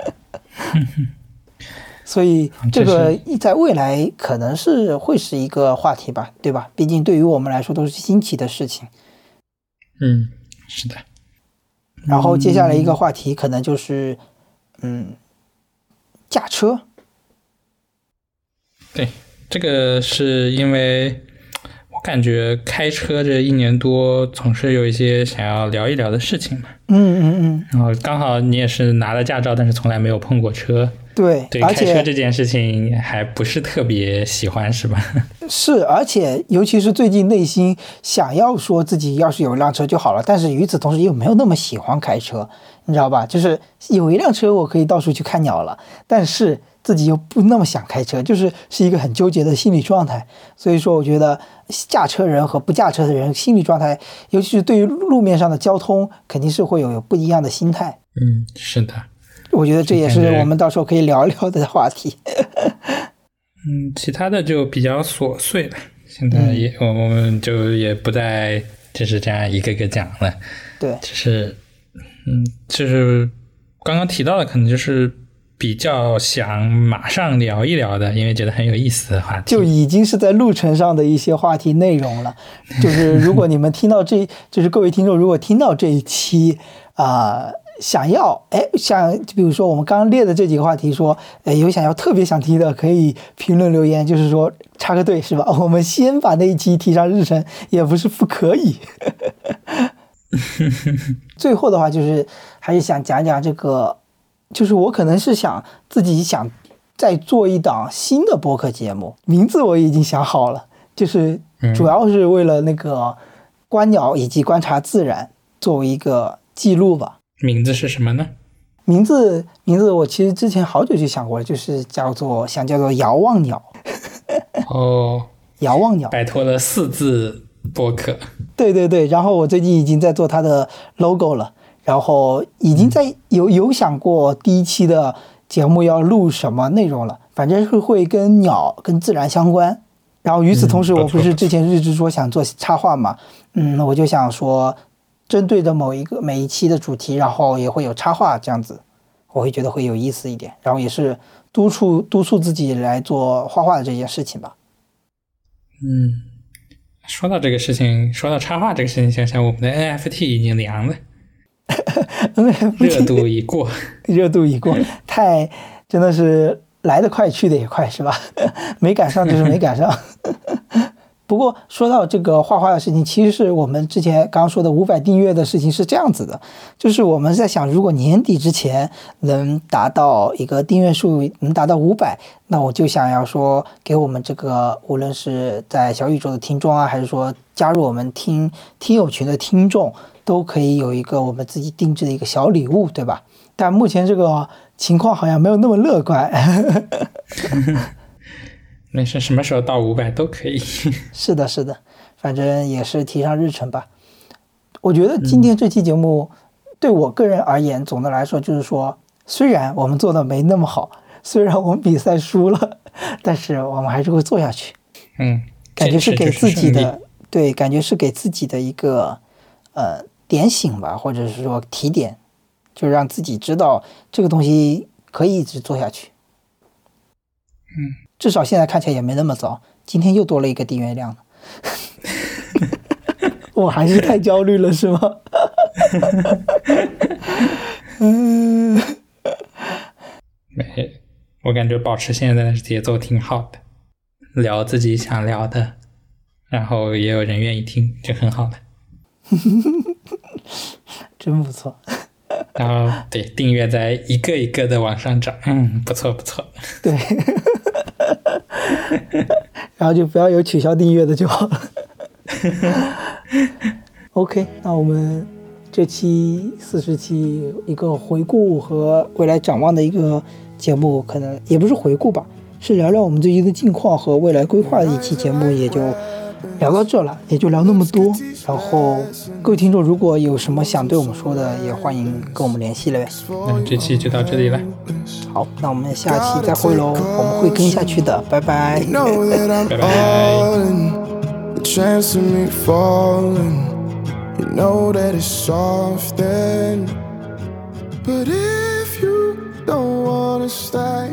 B: 所以这个在未来可能是会是一个话题吧，对吧？毕竟对于我们来说都是新奇的事情。
C: 嗯，是的。
B: 然后接下来一个话题可能就是，嗯，驾车。
C: 对，这个是因为。感觉开车这一年多总是有一些想要聊一聊的事情嘛。
B: 嗯嗯嗯。
C: 然后刚好你也是拿了驾照，但是从来没有碰过车。
B: 对，
C: 对，开车这件事情还不是特别喜欢，是吧？
B: 是，而且尤其是最近内心想要说自己要是有一辆车就好了，但是与此同时又没有那么喜欢开车，你知道吧？就是有一辆车我可以到处去看鸟了，但是自己又不那么想开车，就是是一个很纠结的心理状态。所以说我觉得驾车人和不驾车的人心理状态，尤其是对于路面上的交通，肯定是会有不一样的心态。
C: 嗯，是的，
B: 我觉得这也是我们到时候可以聊一聊的话题。
C: 嗯，其他的就比较琐碎了，现在也、嗯、我们就也不再就是这样一个个讲了。
B: 对，
C: 就是嗯，就是刚刚提到的可能就是比较想马上聊一聊的，因为觉得很有意思的话题，
B: 就已经是在路程上的一些话题内容了。就是如果你们听到这就是各位听众如果听到这一期啊、呃想要哎，像比如说我们刚刚列的这几个话题说，哎，有想要特别想听的，可以评论留言，就是说插个队是吧？我们先把那一期提上日程，也不是不可以。最后的话，就是还是想讲讲这个，就是我可能是想自己想再做一档新的播客节目，名字我已经想好了，就是主要是为了那个观鸟以及观察自然作为一个记录吧。
C: 名字是什么呢？
B: 名字名字我其实之前好久就想过了，就是叫做想叫做遥望鸟。
C: 哦，
B: 遥望鸟，
C: 摆脱了四字播客。
B: 对对对，然后我最近已经在做它的 logo 了，然后已经在有有想过第一期的节目要录什么内容了，反正是会跟鸟跟自然相关。然后与此同时，我不是之前日志说想做插画嘛，嗯，我就想说。针对着某一个每一期的主题，然后也会有插画这样子，我会觉得会有意思一点，然后也是督促督促自己来做画画的这件事情吧。
C: 嗯，说到这个事情，说到插画这个事情，想想我们的 N F T 已经凉了，热度已过，
B: 热度已过，太真的是来得快去得也快，是吧？没赶上就是没赶上。不过说到这个画画的事情，其实是我们之前刚刚说的五百订阅的事情是这样子的，就是我们在想，如果年底之前能达到一个订阅数能达到五百，那我就想要说给我们这个无论是在小宇宙的听众啊，还是说加入我们听听友群的听众，都可以有一个我们自己定制的一个小礼物，对吧？但目前这个情况好像没有那么乐观。
C: 没事，什么时候到五百都可以。
B: 是的，是的，反正也是提上日程吧。我觉得今天这期节目对我个人而言，总的来说就是说，虽然我们做的没那么好，虽然我们比赛输了，但是我们还是会做下去。
C: 嗯，
B: 感觉是给自己的，对，感觉是给自己的一个呃点醒吧，或者是说提点，就让自己知道这个东西可以一直做下去。
C: 嗯，
B: 至少现在看起来也没那么糟。今天又多了一个订阅量了，我还是太焦虑了，是吗？嗯，
C: 没，我感觉保持现在的节奏挺好的，聊自己想聊的，然后也有人愿意听，就很好了。
B: 真不错。
C: 然后对，订阅在一个一个的往上涨，嗯，不错不错。
B: 对。然后就不要有取消订阅的就好了。OK， 那我们这期四十期一个回顾和未来展望的一个节目，可能也不是回顾吧，是聊聊我们最近的近况和未来规划的一期节目，也就聊到这了，也就聊那么多。然后各位听众如果有什么想对我们说的，也欢迎跟我们联系了呗。
C: 那这期就到这里了。
B: 好，那我们下期再会喽，我们会跟下去的，拜拜。
C: 拜拜。
A: You know that it's soft then, but if you don't wanna stay,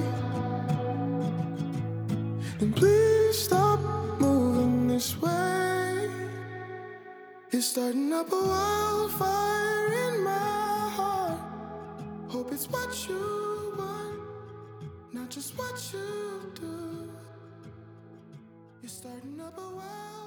A: then please stop moving this way. You're starting up a wildfire in my heart. Hope it's what you want, not just what you do. You're starting up a wildfire.